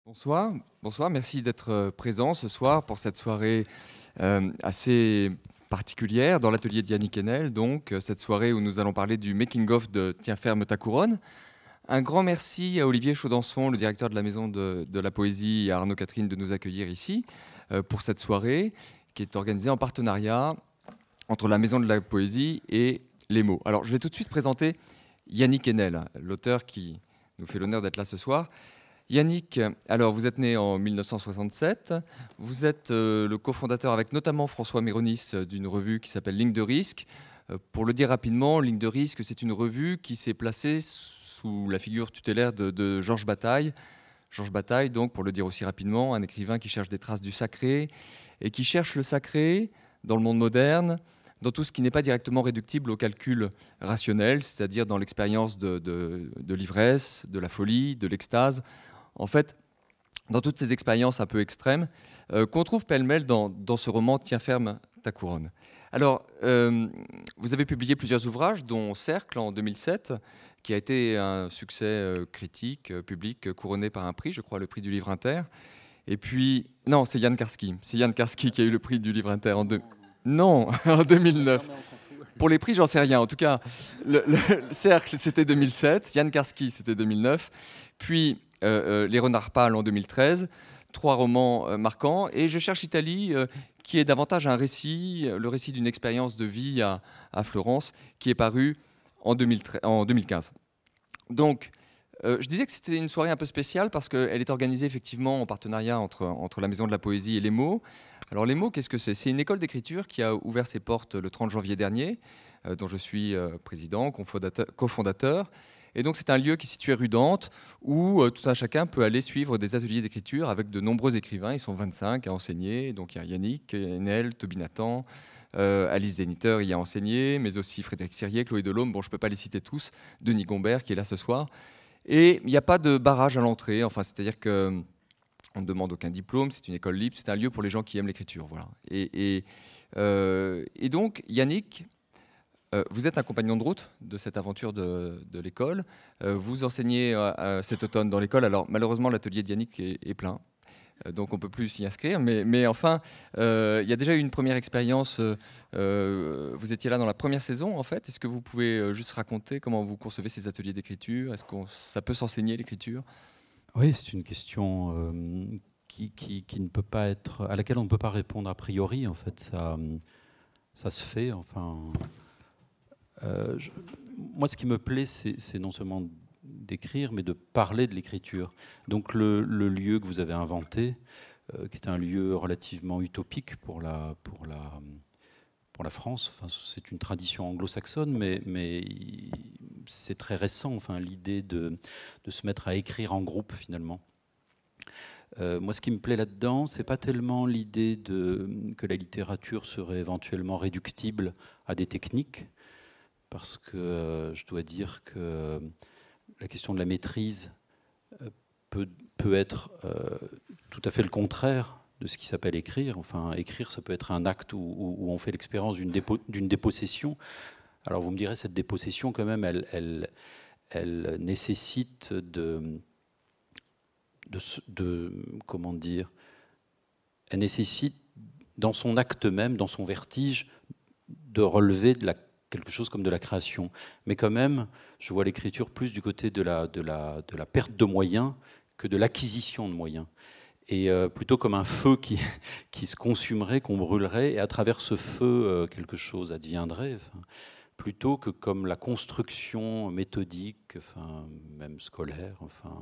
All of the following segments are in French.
Bonsoir, bonsoir, merci d'être présent ce soir pour cette soirée assez particulière dans l'atelier de Yannick Enel, donc cette soirée où nous allons parler du making-of de Tiens ferme ta couronne. Un grand merci à Olivier Chaudençon, le directeur de la Maison de la Poésie, et à Arnaud Catherine de nous accueillir ici pour cette soirée qui est organisée en partenariat entre la Maison de la Poésie et les mots. Alors je vais tout de suite présenter Yannick Enel, l'auteur qui nous fait l'honneur d'être là ce soir. Yannick, alors vous êtes né en 1967, vous êtes le cofondateur avec notamment François Méronis d'une revue qui s'appelle Ligne de risque. Pour le dire rapidement, Ligne de risque, c'est une revue qui s'est placée sous la figure tutélaire de Georges Bataille. Georges Bataille, donc, pour le dire aussi rapidement, un écrivain qui cherche des traces du sacré et qui cherche le sacré dans le monde moderne, dans tout ce qui n'est pas directement réductible au calcul rationnel, c'est-à-dire dans l'expérience de l'ivresse, de la folie, de l'extase. En fait, dans toutes ces expériences un peu extrêmes, qu'on trouve pêle-mêle dans ce roman « Tiens ferme ta couronne ». Alors, vous avez publié plusieurs ouvrages, dont « Cercle » en 2007, qui a été un succès critique, public, couronné par un prix, je crois, le prix du Livre Inter. Et puis, non, c'est Yann Karski. C'est Yann Karski qui a eu le prix du Livre Inter Non, en 2009. Pour les prix, j'en sais rien. En tout cas, le Cercle, c'était 2007. Yann Karski, c'était 2009. Puis, Les Renards Pâles en 2013. 3 romans marquants. Et Je cherche Italie, qui est davantage un récit, le récit d'une expérience de vie à Florence, qui est paru en 2015. Donc, je disais que c'était une soirée un peu spéciale parce qu'elle est organisée effectivement en partenariat entre la Maison de la Poésie et les mots. Alors les mots, qu'est-ce que c'est ? C'est une école d'écriture qui a ouvert ses portes le 30 janvier dernier, dont je suis président, cofondateur. Et donc c'est un lieu qui est situé rue Dante, où tout un chacun peut aller suivre des ateliers d'écriture avec de nombreux écrivains. Ils sont 25 à enseigner. Donc il y a Yannick Enel, Toby Nathan, Alice Zeniter y a enseigné, mais aussi Frédéric Sirier, Chloé Delhomme. Bon, je ne peux pas les citer tous. Denis Gombert qui est là ce soir. Et il n'y a pas de barrage à l'entrée. Enfin, c'est-à-dire que on ne demande aucun diplôme, c'est une école libre, c'est un lieu pour les gens qui aiment l'écriture. Voilà. Et donc, Yannick, vous êtes un compagnon de route de cette aventure de l'école. Vous enseignez cet automne dans l'école. Alors, malheureusement, l'atelier de Yannick est plein. Donc, on ne peut plus s'y inscrire. Mais enfin, il y a déjà eu une première expérience. Vous étiez là dans la première saison, en fait. Est-ce que vous pouvez juste raconter comment vous concevez ces ateliers d'écriture ? Est-ce que ça peut s'enseigner, l'écriture ? Oui, c'est une question qui ne peut pas être, à laquelle on ne peut pas répondre a priori. En fait, ça se fait. Enfin, moi, ce qui me plaît, c'est non seulement d'écrire, mais de parler de l'écriture. Donc, le lieu que vous avez inventé, qui est un lieu relativement utopique pour la France. Enfin, c'est une tradition anglo-saxonne, mais c'est très récent. Enfin, l'idée de se mettre à écrire en groupe, finalement. Moi, ce qui me plaît là-dedans, c'est pas tellement l'idée que la littérature serait éventuellement réductible à des techniques, parce que je dois dire que la question de la maîtrise peut être tout à fait le contraire de ce qui s'appelle écrire. Enfin, écrire, ça peut être un acte où on fait l'expérience d'une dépossession. Alors vous me direz, cette dépossession, quand même, elle nécessite comment dire, elle nécessite, dans son acte même, dans son vertige, de relever quelque chose comme de la création. Mais quand même, je vois l'écriture plus du côté de la perte de moyens que de l'acquisition de moyens. Et plutôt comme un feu qui se consumerait, qu'on brûlerait, et à travers ce feu, quelque chose adviendrait, enfin, plutôt que comme la construction méthodique, enfin, même scolaire, enfin,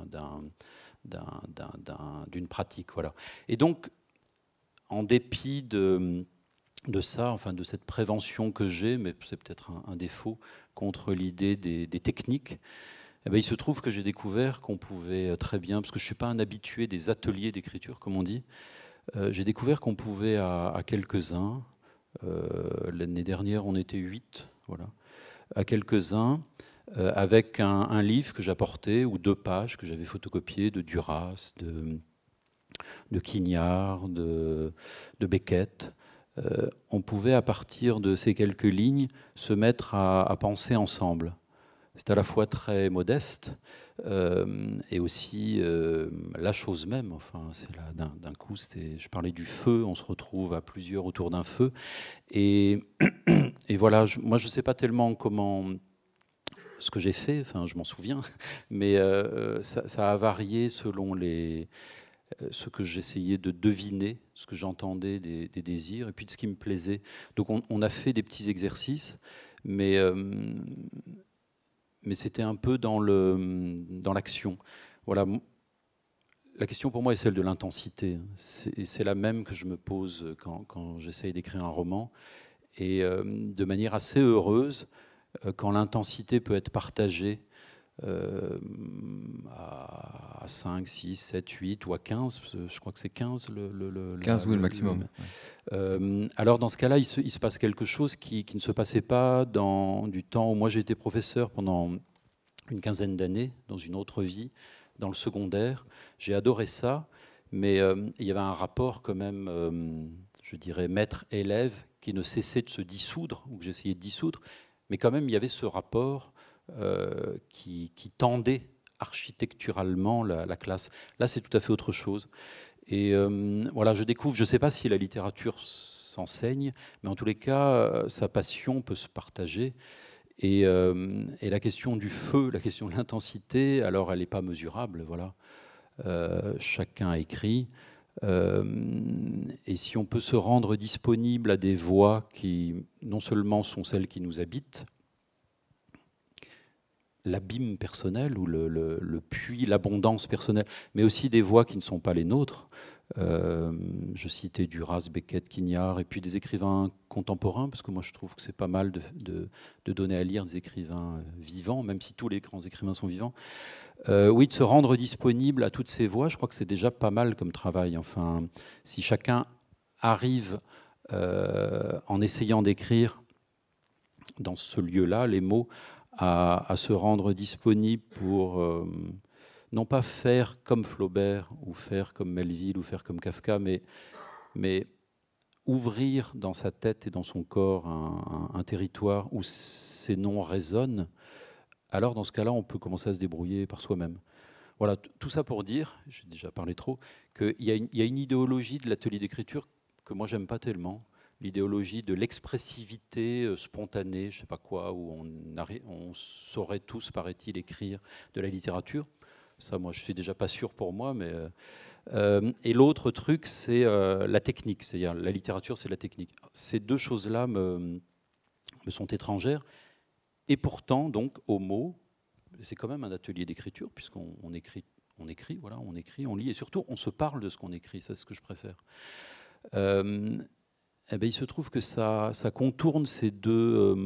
d'une pratique. Voilà. Et donc, en dépit de ça, enfin, de cette prévention que j'ai, mais c'est peut-être un défaut, contre l'idée des techniques, eh bien, il se trouve que j'ai découvert qu'on pouvait très bien, parce que je ne suis pas un habitué des ateliers d'écriture, comme on dit, j'ai découvert qu'on pouvait à quelques-uns, l'année dernière on était 8, voilà, à quelques-uns, avec un livre que j'apportais, ou 2 pages que j'avais photocopiées de Duras, de Quignard, de Beckett, on pouvait, à partir de ces quelques lignes, se mettre à penser ensemble. C'est à la fois très modeste, et aussi la chose même. Enfin, c'est là d'un coup, je parlais du feu, on se retrouve à plusieurs autour d'un feu. Et, et voilà, moi je ne sais pas tellement comment ce que j'ai fait, enfin je m'en souviens, mais ça a varié selon ce que j'essayais de deviner, ce que j'entendais des désirs, et puis de ce qui me plaisait. Donc on a fait des petits exercices, mais c'était un peu dans l'action. Voilà. La question pour moi est celle de l'intensité. C'est la même que je me pose quand j'essaye d'écrire un roman. Et de manière assez heureuse, quand l'intensité peut être partagée à 5, 6, 7, 8 ou à 15, je crois que c'est 15 15, oui, le maximum. Alors dans ce cas-là, il se passe quelque chose qui ne se passait pas dans du temps où moi j'ai été professeur pendant une quinzaine d'années, dans une autre vie, dans le secondaire. J'ai adoré ça, mais il y avait un rapport quand même, je dirais, maître-élève qui ne cessait de se dissoudre, ou que j'essayais de dissoudre, mais quand même il y avait ce rapport qui tendait architecturalement la classe. Là, c'est tout à fait autre chose. Et voilà, je découvre, je ne sais pas si la littérature s'enseigne, mais en tous les cas, sa passion peut se partager. Et la question du feu, la question de l'intensité, alors elle n'est pas mesurable, voilà. Chacun écrit. Et si on peut se rendre disponible à des voix qui, non seulement sont celles qui nous habitent, l'abîme personnel ou le puits, l'abondance personnelle, mais aussi des voix qui ne sont pas les nôtres. Je citais Duras, Beckett, Quignard, et puis des écrivains contemporains, parce que moi je trouve que c'est pas mal de donner à lire des écrivains vivants, même si tous les grands écrivains sont vivants. Oui, de se rendre disponible à toutes ces voix, je crois que c'est déjà pas mal comme travail. Enfin, si chacun arrive, en essayant d'écrire dans ce lieu-là, les mots, à se rendre disponible pour non pas faire comme Flaubert ou faire comme Melville ou faire comme Kafka, mais ouvrir dans sa tête et dans son corps un territoire où ces noms résonnent, alors dans ce cas-là, on peut commencer à se débrouiller par soi-même. Voilà, tout ça pour dire, j'ai déjà parlé trop, qu'il y a une idéologie de l'atelier d'écriture que moi j'aime pas tellement. L'idéologie de l'expressivité spontanée, je ne sais pas quoi, où on saurait tous, paraît-il, écrire de la littérature. Ça, moi, je suis déjà pas sûr pour moi, mais et l'autre truc, c'est la technique, c'est-à-dire la littérature, c'est la technique. Ces deux choses-là me sont étrangères, et pourtant, donc, au mot, c'est quand même un atelier d'écriture, puisqu'on écrit, voilà, on écrit, on lit, et surtout, on se parle de ce qu'on écrit. C'est ce que je préfère. Eh bien, il se trouve que ça contourne ces deux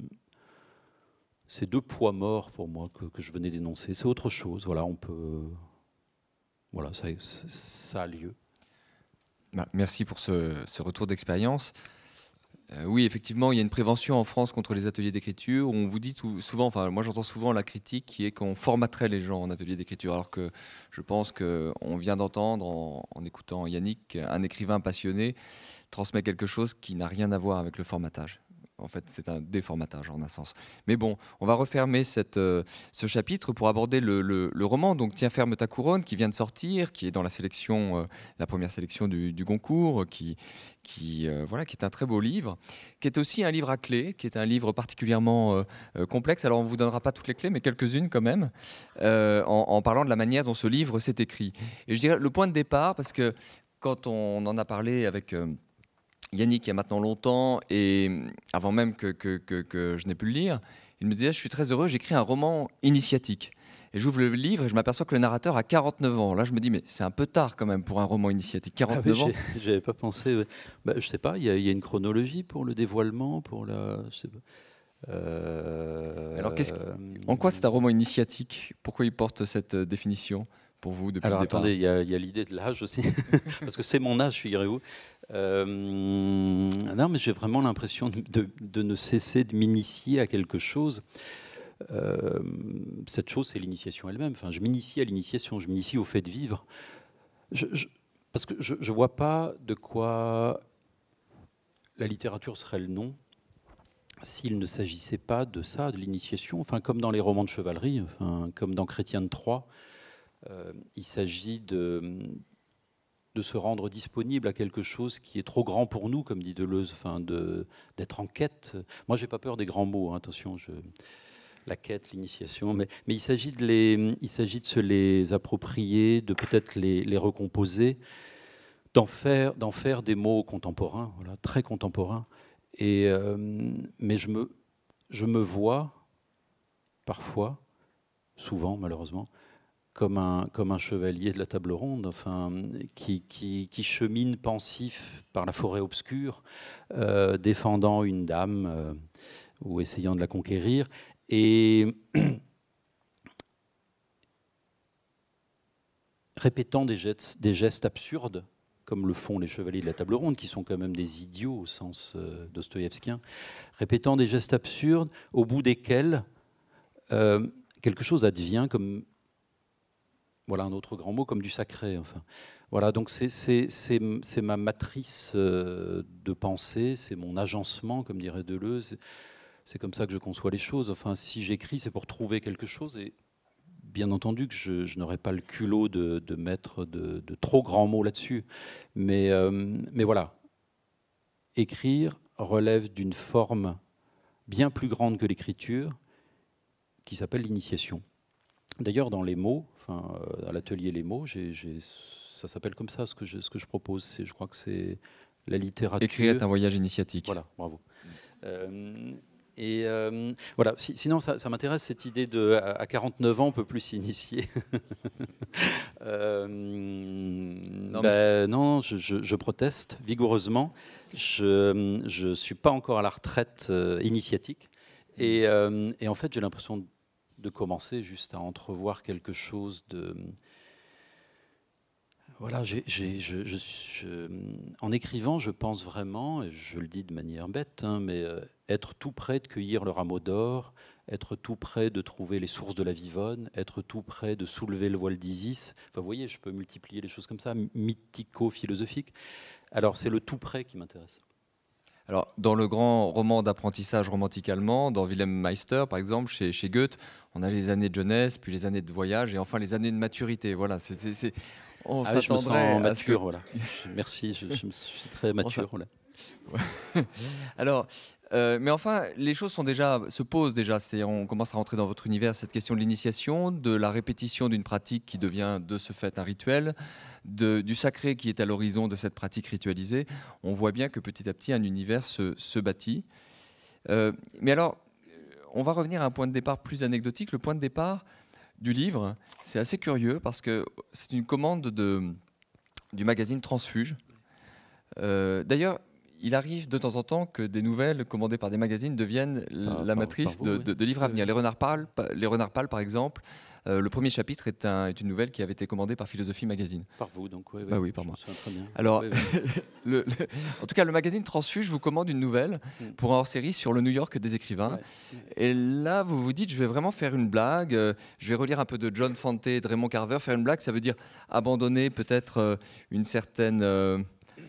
poids morts pour moi que je venais d'énoncer. C'est autre chose. Voilà, on peut. Voilà, ça a lieu. Merci pour ce retour d'expérience. Oui, effectivement, il y a une prévention en France contre les ateliers d'écriture. On vous dit souvent, enfin, moi j'entends souvent la critique qui est qu'on formaterait les gens en atelier d'écriture, alors que je pense qu'on vient d'entendre, en écoutant Yannick, un écrivain passionné transmet quelque chose qui n'a rien à voir avec le formatage. En fait, c'est un déformatage en un sens. Mais bon, on va refermer ce chapitre pour aborder le roman. Donc, Tiens ferme ta couronne, qui vient de sortir, qui est dans la sélection, la première sélection du Goncourt, qui est un très beau livre, qui est aussi un livre à clé, qui est un livre particulièrement complexe. Alors, on ne vous donnera pas toutes les clés, mais quelques-unes quand même, en parlant de la manière dont ce livre s'est écrit. Et je dirais le point de départ, parce que quand on en a parlé avec Yannick il y a maintenant longtemps, et avant même que je n'ai pu le lire, il me disait « Je suis très heureux, j'écris un roman initiatique ». Et j'ouvre le livre et je m'aperçois que le narrateur a 49 ans. Là, je me dis, mais c'est un peu tard quand même pour un roman initiatique. 49 ans. J'avais pas pensé. Ouais. Bah, je sais pas, il y a une chronologie pour le dévoilement, pour la. Je sais pas. Alors, en quoi c'est un roman initiatique? Pourquoi il porte cette définition pour vous depuis le départ? Attendez, il y a l'idée de l'âge aussi, parce que c'est mon âge, figurez-vous. Non, mais j'ai vraiment l'impression de ne cesser de m'initier à quelque chose. Cette chose, c'est l'initiation elle-même. Enfin, je m'initie à l'initiation, je m'initie au fait de vivre. Parce que je ne vois pas de quoi la littérature serait le nom s'il ne s'agissait pas de ça, de l'initiation, enfin, comme dans les romans de chevalerie, enfin, comme dans Chrétien de Troyes, il s'agit de se rendre disponible à quelque chose qui est trop grand pour nous, comme dit Deleuze, enfin, d'être en quête. Moi, j'ai pas peur des grands mots, hein, attention, la quête, l'initiation, mais il s'agit de se les approprier, de peut-être les recomposer, d'en faire des mots contemporains, voilà, très contemporains. Mais je me vois parfois, souvent malheureusement, comme un chevalier de la table ronde, enfin, qui chemine pensif par la forêt obscure, défendant une dame ou essayant de la conquérir, et répétant des gestes absurdes, comme le font les chevaliers de la table ronde, qui sont quand même des idiots au sens dostoïevskien, répétant des gestes absurdes, au bout desquels quelque chose advient, comme, voilà un autre grand mot, comme du sacré. Enfin, voilà, donc c'est ma matrice de pensée, c'est mon agencement, comme dirait Deleuze. C'est comme ça que je conçois les choses. Enfin, si j'écris, c'est pour trouver quelque chose, et bien entendu que je n'aurais pas le culot de mettre de trop grands mots là-dessus. Mais voilà, écrire relève d'une forme bien plus grande que l'écriture, qui s'appelle l'initiation. D'ailleurs, dans les mots, enfin, à l'atelier Les mots, ça s'appelle comme ça, ce que je propose. Je crois que c'est la littérature. Écrire est un voyage initiatique. Voilà, bravo. Voilà. Sinon, ça m'intéresse cette idée de à 49 ans, on peut plus s'initier. Non, je proteste vigoureusement. Je suis pas encore à la retraite initiatique, et en fait, j'ai l'impression de commencer juste à entrevoir quelque chose de. Voilà, en écrivant, je pense vraiment, et je le dis de manière bête, hein, mais être tout près de cueillir le rameau d'or, être tout près de trouver les sources de la Vivonne, être tout près de soulever le voile d'Isis. Enfin, vous voyez, je peux multiplier les choses comme ça, mythico-philosophiques. Alors, c'est le tout près qui m'intéresse. Alors, dans le grand roman d'apprentissage romantique allemand, dans Wilhelm Meister, par exemple, chez Goethe, on a les années de jeunesse, puis les années de voyage, et enfin les années de maturité. Voilà, on s'attendrait à ce que... Voilà. Merci, je suis très mature. Voilà. Alors, mais enfin, les choses se posent déjà. On commence à rentrer dans votre univers, cette question de l'initiation, de la répétition d'une pratique qui devient de ce fait un rituel, du sacré qui est à l'horizon de cette pratique ritualisée. On voit bien que petit à petit, un univers se bâtit. Mais alors, on va revenir à un point de départ plus anecdotique. Le point de départ du livre, c'est assez curieux parce que c'est une commande du magazine Transfuge. D'ailleurs, il arrive de temps en temps que des nouvelles commandées par des magazines deviennent la matrice de livres à venir. Les Renards pâles, par exemple, le premier chapitre est une nouvelle qui avait été commandée par Philosophie Magazine. Par vous, donc oui. Bah oui, par moi. Très bien. Alors, en tout cas, le magazine Transfuge vous commande une nouvelle pour un hors-série sur le New York des écrivains. Ouais. Et là, vous vous dites, je vais vraiment faire une blague. Je vais relire un peu de John Fante et de Raymond Carver. Faire une blague, ça veut dire abandonner peut-être une certaine...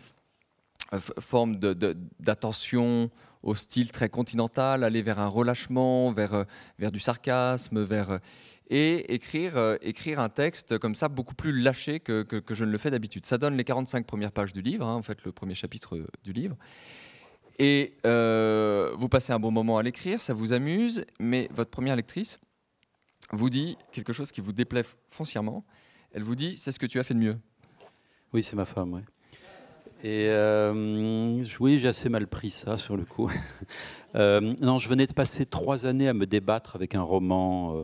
forme d'attention au style très continental, aller vers un relâchement, vers du sarcasme, et écrire un texte comme ça, beaucoup plus lâché que je ne le fais d'habitude. Ça donne les 45 premières pages du livre, hein, en fait le premier chapitre du livre. Et vous passez un bon moment à l'écrire, ça vous amuse, mais votre première lectrice vous dit quelque chose qui vous déplaît foncièrement. Elle vous dit, c'est ce que tu as fait de mieux. Oui, c'est ma femme, oui. Et oui, j'ai assez mal pris ça sur le coup. Non, je venais de passer 3 années à me débattre avec un roman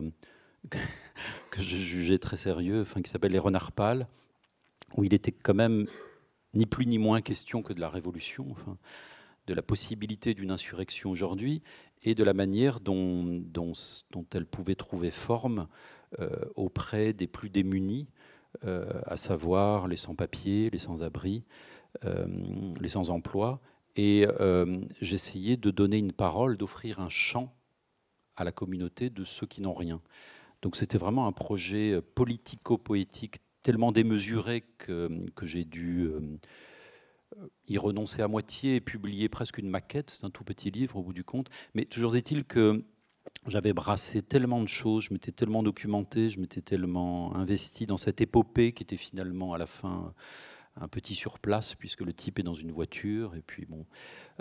que je jugeais très sérieux, qui s'appelle Les Renards pâles, où il était quand même ni plus ni moins question que de la révolution, de la possibilité d'une insurrection aujourd'hui et de la manière dont elle pouvait trouver forme auprès des plus démunis, à savoir les sans-papiers, les sans-abri, les sans-emploi, et j'essayais de donner une parole, d'offrir un champ à la communauté de ceux qui n'ont rien. Donc c'était vraiment un projet politico-poétique tellement démesuré que j'ai dû y renoncer à moitié et publier presque une maquette. C'est un tout petit livre au bout du compte. Mais toujours est-il que j'avais brassé tellement de choses, je m'étais tellement documenté, je m'étais tellement investi dans cette épopée qui était finalement à la fin un petit surplace, puisque le type est dans une voiture. Et puis bon,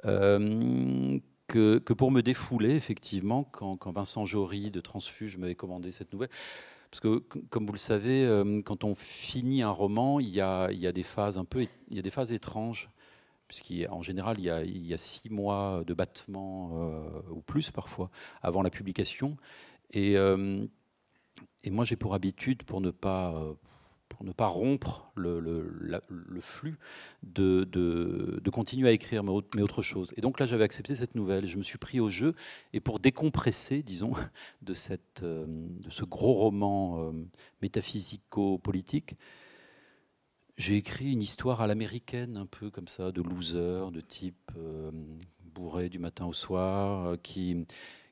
que pour me défouler, effectivement, quand Vincent Jory de Transfuge m'avait commandé cette nouvelle, parce que, comme vous le savez, quand on finit un roman, il y a des phases il y a des phases étranges, puisqu'en général, il y a 6 mois de battement, ou plus parfois, avant la publication. Et, et moi, j'ai pour habitude, pour ne pas rompre le flux, de continuer à écrire, mais autre chose. Et donc là, j'avais accepté cette nouvelle. Je me suis pris au jeu. Et pour décompresser, disons, de ce gros roman métaphysico-politique, j'ai écrit une histoire à l'américaine, un peu comme ça, de loser, de type bourré du matin au soir, qui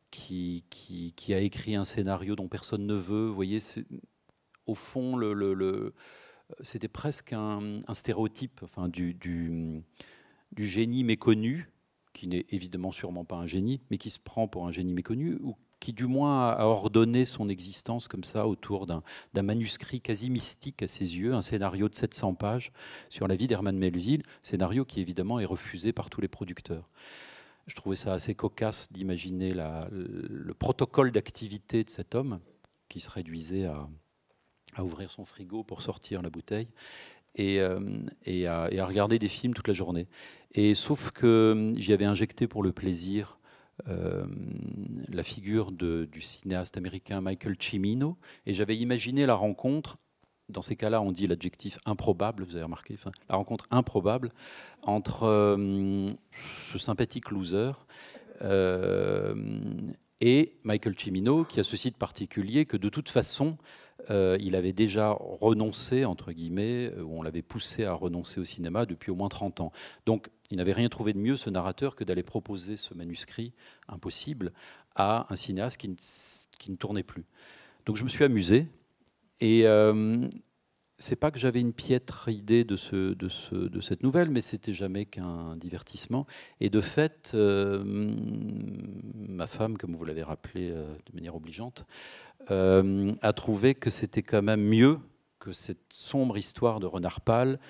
a écrit un scénario dont personne ne veut. Vous voyez, au fond, c'était presque un stéréotype, enfin, du génie méconnu, qui n'est évidemment sûrement pas un génie, mais qui se prend pour un génie méconnu, ou qui du moins a ordonné son existence comme ça autour d'un manuscrit quasi mystique à ses yeux, un scénario de 700 pages sur la vie d'Herman Melville, scénario qui évidemment est refusé par tous les producteurs. Je trouvais ça assez cocasse d'imaginer le protocole d'activité de cet homme qui se réduisait à ouvrir son frigo pour sortir la bouteille et à regarder des films toute la journée. Et sauf que j'y avais injecté pour le plaisir la figure du cinéaste américain Michael Cimino, et j'avais imaginé la rencontre, dans ces cas-là on dit l'adjectif improbable, vous avez remarqué, enfin, la rencontre improbable entre ce sympathique loser et Michael Cimino, qui a ceci de particulier que de toute façon il avait déjà renoncé, entre guillemets, ou on l'avait poussé à renoncer au cinéma depuis au moins 30 ans. Donc il n'avait rien trouvé de mieux, ce narrateur, que d'aller proposer ce manuscrit impossible à un cinéaste qui ne tournait plus. Donc je me suis amusé, et c'est pas que j'avais une piètre idée de cette nouvelle, mais c'était jamais qu'un divertissement. Et de fait, ma femme, comme vous l'avez rappelé de manière obligeante, a trouvé que c'était quand même mieux que cette sombre histoire de Renard Pâle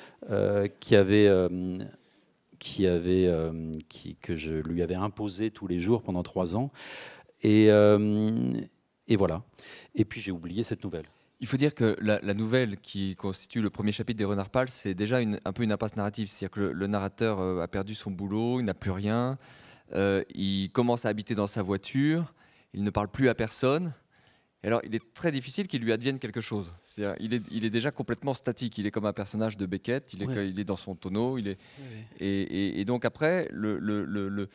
que je lui avais imposée tous les jours pendant 3 ans. Et voilà. Et puis j'ai oublié cette nouvelle. Il faut dire que la nouvelle qui constitue le premier chapitre des Renards Pâles, c'est déjà un peu une impasse narrative. C'est-à-dire que le narrateur a perdu son boulot, il n'a plus rien, il commence à habiter dans sa voiture, il ne parle plus à personne. Et alors, il est très difficile qu'il lui advienne quelque chose. C'est-à-dire, il est déjà complètement statique. Il est comme un personnage de Beckett. Il est dans son tonneau. Et donc après, le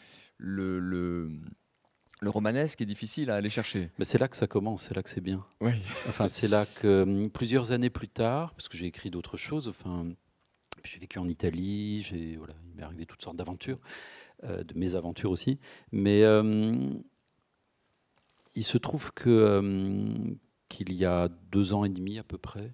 romanesque est difficile à aller chercher. Mais c'est là que ça commence. C'est là que c'est bien. Oui. Enfin, c'est là que plusieurs années plus tard, parce que j'ai écrit d'autres choses. Enfin, j'ai vécu en Italie. Voilà, il m'est arrivé toutes sortes d'aventures, de mésaventures aussi. Mais il se trouve qu'il y a 2 ans et demi à peu près,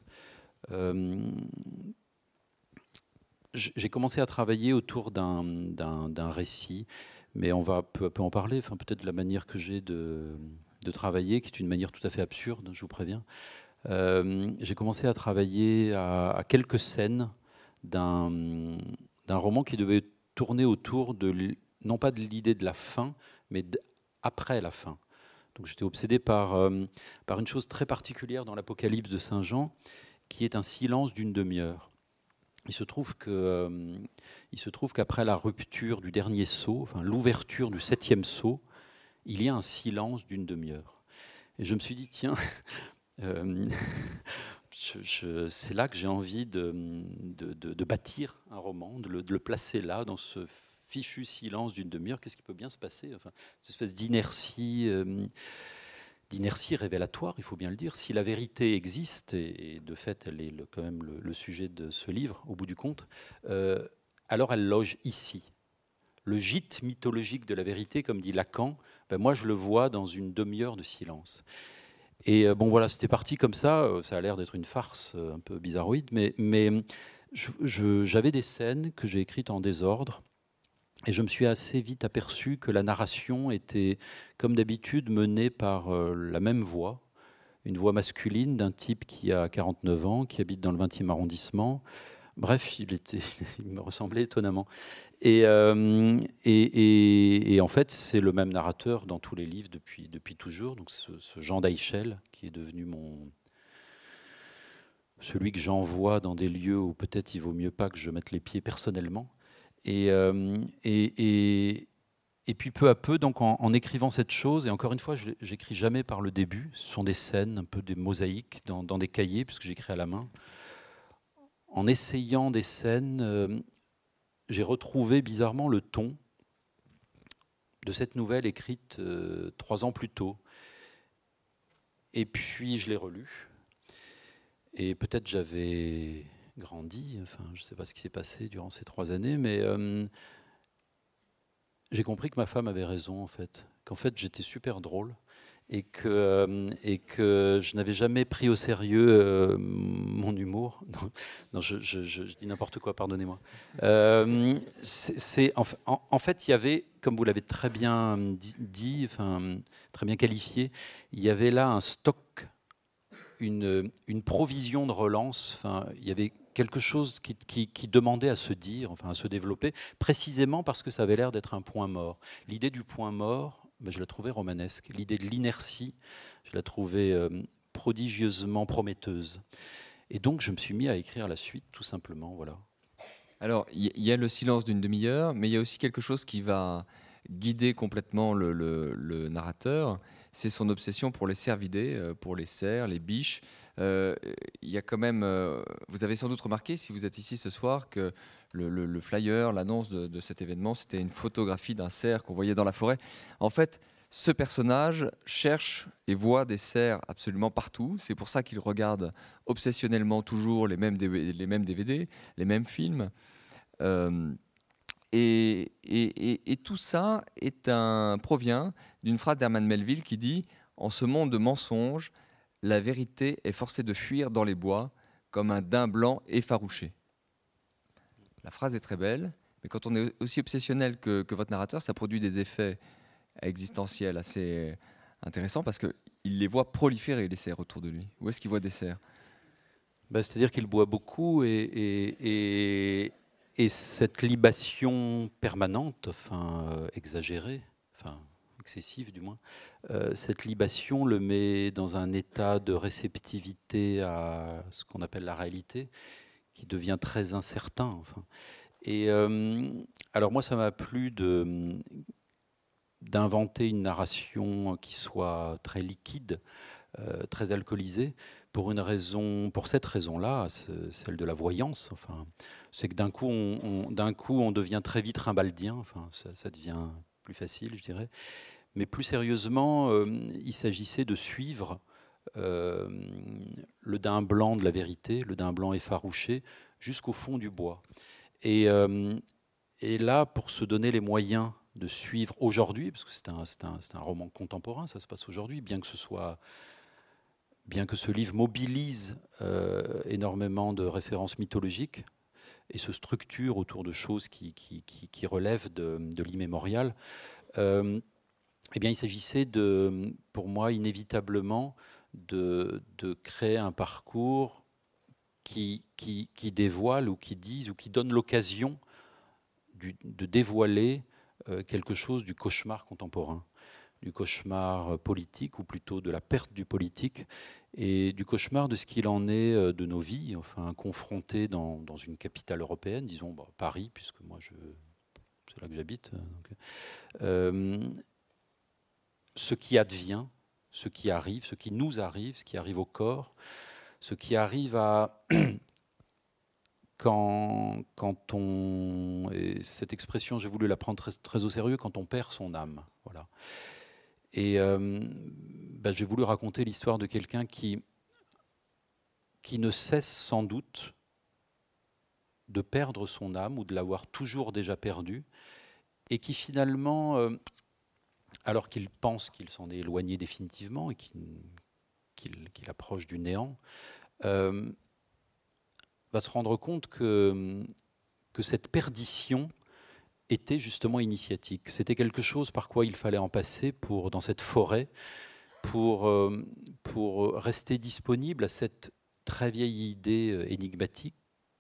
j'ai commencé à travailler autour d'un récit, mais on va peu à peu en parler, enfin, peut-être de la manière que j'ai de travailler, qui est une manière tout à fait absurde, je vous préviens. J'ai commencé à travailler à quelques scènes d'un roman qui devait tourner autour non pas de l'idée de la fin, mais après la fin. Donc j'étais obsédé par une chose très particulière dans l'Apocalypse de Saint Jean, qui est un silence d'une demi-heure. Il se trouve qu'après la rupture du dernier sceau, enfin l'ouverture du 7e sceau, il y a un silence d'une demi-heure. Et je me suis dit, tiens, c'est là que j'ai envie de bâtir un roman, de le placer là, dans ce fichu silence d'une demi-heure. Qu'est-ce qui peut bien se passer? Enfin, cette espèce d'inertie révélatoire, il faut bien le dire. Si la vérité existe, et de fait, elle est quand même le sujet de ce livre, au bout du compte, alors elle loge ici. Le gîte mythologique de la vérité, comme dit Lacan, moi je le vois dans une demi-heure de silence. Et bon voilà, c'était parti comme ça. Ça a l'air d'être une farce un peu bizarroïde, mais J'avais des scènes que j'ai écrites en désordre. Et je me suis assez vite aperçu que la narration était, comme d'habitude, menée par la même voix, une voix masculine d'un type qui a 49 ans, qui habite dans le 20e arrondissement. Bref, il me ressemblait étonnamment. Et en fait, c'est le même narrateur dans tous les livres depuis toujours. Donc ce Jean Deichel, qui est devenu celui que j'envoie dans des lieux où peut-être il vaut mieux pas que je mette les pieds personnellement. Et, euh, et, et, et puis peu à peu, donc en écrivant cette chose, et encore une fois, j'écris jamais par le début, ce sont des scènes, un peu des mosaïques dans des cahiers, puisque j'écris à la main. En essayant des scènes, j'ai retrouvé bizarrement le ton de cette nouvelle écrite 3 ans plus tôt. Et puis je l'ai relue. Et peut-être j'avais grandi, enfin je ne sais pas ce qui s'est passé durant ces 3 années, mais j'ai compris que ma femme avait raison en fait. Qu'en fait j'étais super drôle. Et que je n'avais jamais pris au sérieux mon humour. Non, je dis n'importe quoi, pardonnez-moi. En fait, il y avait, comme vous l'avez très bien dit, enfin, très bien qualifié, il y avait là un stock, une provision de relance. Enfin, il y avait quelque chose qui demandait à se dire, enfin, à se développer, précisément parce que ça avait l'air d'être un point mort. L'idée du point mort, ben, je la trouvais romanesque. L'idée de l'inertie, je la trouvais prodigieusement prometteuse. Et donc, je me suis mis à écrire la suite, tout simplement. Voilà. Alors, il y a le silence d'une demi-heure, mais il y a aussi quelque chose qui va guider complètement le narrateur. C'est son obsession pour les cervidés, pour les cerfs, les biches. Il y a quand même, vous avez sans doute remarqué, si vous êtes ici ce soir, que le flyer, l'annonce de cet événement, c'était une photographie d'un cerf qu'on voyait dans la forêt. En fait, ce personnage cherche et voit des cerfs absolument partout. C'est pour ça qu'il regarde obsessionnellement toujours les mêmes DVD, les mêmes films. Euh, et tout ça provient d'une phrase d'Herman Melville qui dit: En ce monde de mensonges, la vérité est forcée de fuir dans les bois comme un daim blanc effarouché. La phrase est très belle, mais quand on est aussi obsessionnel que votre narrateur, ça produit des effets existentiels assez intéressants parce qu'il les voit proliférer, les cerfs autour de lui. Où est-ce qu'il voit des cerfs? Ben, c'est-à-dire qu'il boit beaucoup et cette libation permanente, enfin exagérée, enfin excessive du moins, cette libation le met dans un état de réceptivité à ce qu'on appelle la réalité, qui devient très incertain. Enfin. Et alors moi, ça m'a plu d'inventer une narration qui soit très liquide, très alcoolisée, pour cette raison-là, celle de la voyance. Enfin, c'est que d'un coup, on devient très vite rimbaldien. Enfin, ça devient plus facile, je dirais. Mais plus sérieusement, il s'agissait de suivre euh, le daim blanc de la vérité, le daim blanc effarouché, jusqu'au fond du bois. Et, euh, et là, pour se donner les moyens de suivre aujourd'hui, parce que c'est un roman contemporain, ça se passe aujourd'hui, bien que ce livre mobilise énormément de références mythologiques et se structure autour de choses qui relèvent de l'immémorial, eh bien, il s'agissait pour moi, inévitablement, de créer un parcours qui dévoile ou qui dise ou qui donne l'occasion de dévoiler quelque chose du cauchemar contemporain, du cauchemar politique, ou plutôt de la perte du politique, et du cauchemar de ce qu'il en est de nos vies, enfin, confrontés dans une capitale européenne, disons Paris, puisque moi, c'est là que j'habite. Ce qui advient, ce qui arrive, ce qui nous arrive, ce qui arrive au corps, ce qui arrive à... Quand on... Et cette expression, j'ai voulu la prendre très, très au sérieux, quand on perd son âme. Voilà. Et j'ai voulu raconter l'histoire de quelqu'un qui ne cesse sans doute de perdre son âme ou de l'avoir toujours déjà perdue, et qui finalement, alors qu'il pense qu'il s'en est éloigné définitivement et qu'il approche du néant, va se rendre compte que cette perdition était justement initiatique. C'était quelque chose par quoi il fallait en passer dans cette forêt pour rester disponible à cette très vieille idée énigmatique,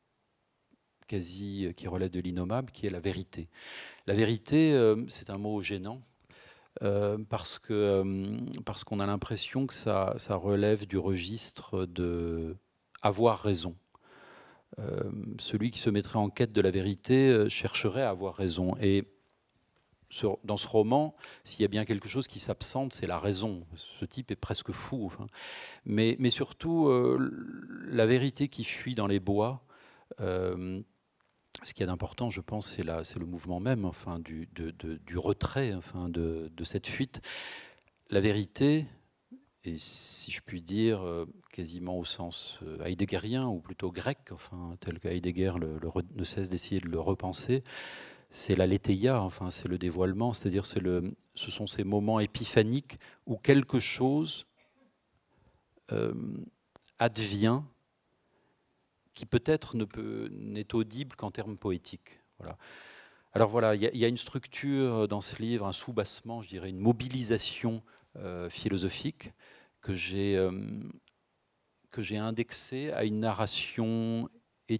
qui relève de l'innommable, qui est la vérité. La vérité, c'est un mot gênant, parce qu'on a l'impression que ça relève du registre de avoir raison. Celui qui se mettrait en quête de la vérité chercherait à avoir raison. Et dans ce roman, s'il y a bien quelque chose qui s'absente, c'est la raison. Ce type est presque fou. Enfin. Mais surtout, la vérité qui fuit dans les bois, ce qui est d'important, je pense, c'est le mouvement même, enfin, du retrait, enfin, de cette fuite. La vérité, et si je puis dire, quasiment au sens heideggerien, ou plutôt grec, enfin, tel que Heidegger ne cesse d'essayer de le repenser, c'est la letheia, enfin, c'est le dévoilement, c'est-à-dire ce sont ces moments épiphaniques où quelque chose advient qui peut-être n'est audible qu'en termes poétiques. Voilà. Alors voilà, il y a une structure dans ce livre, un soubassement, je dirais, une mobilisation philosophique que j'ai indexé à une narration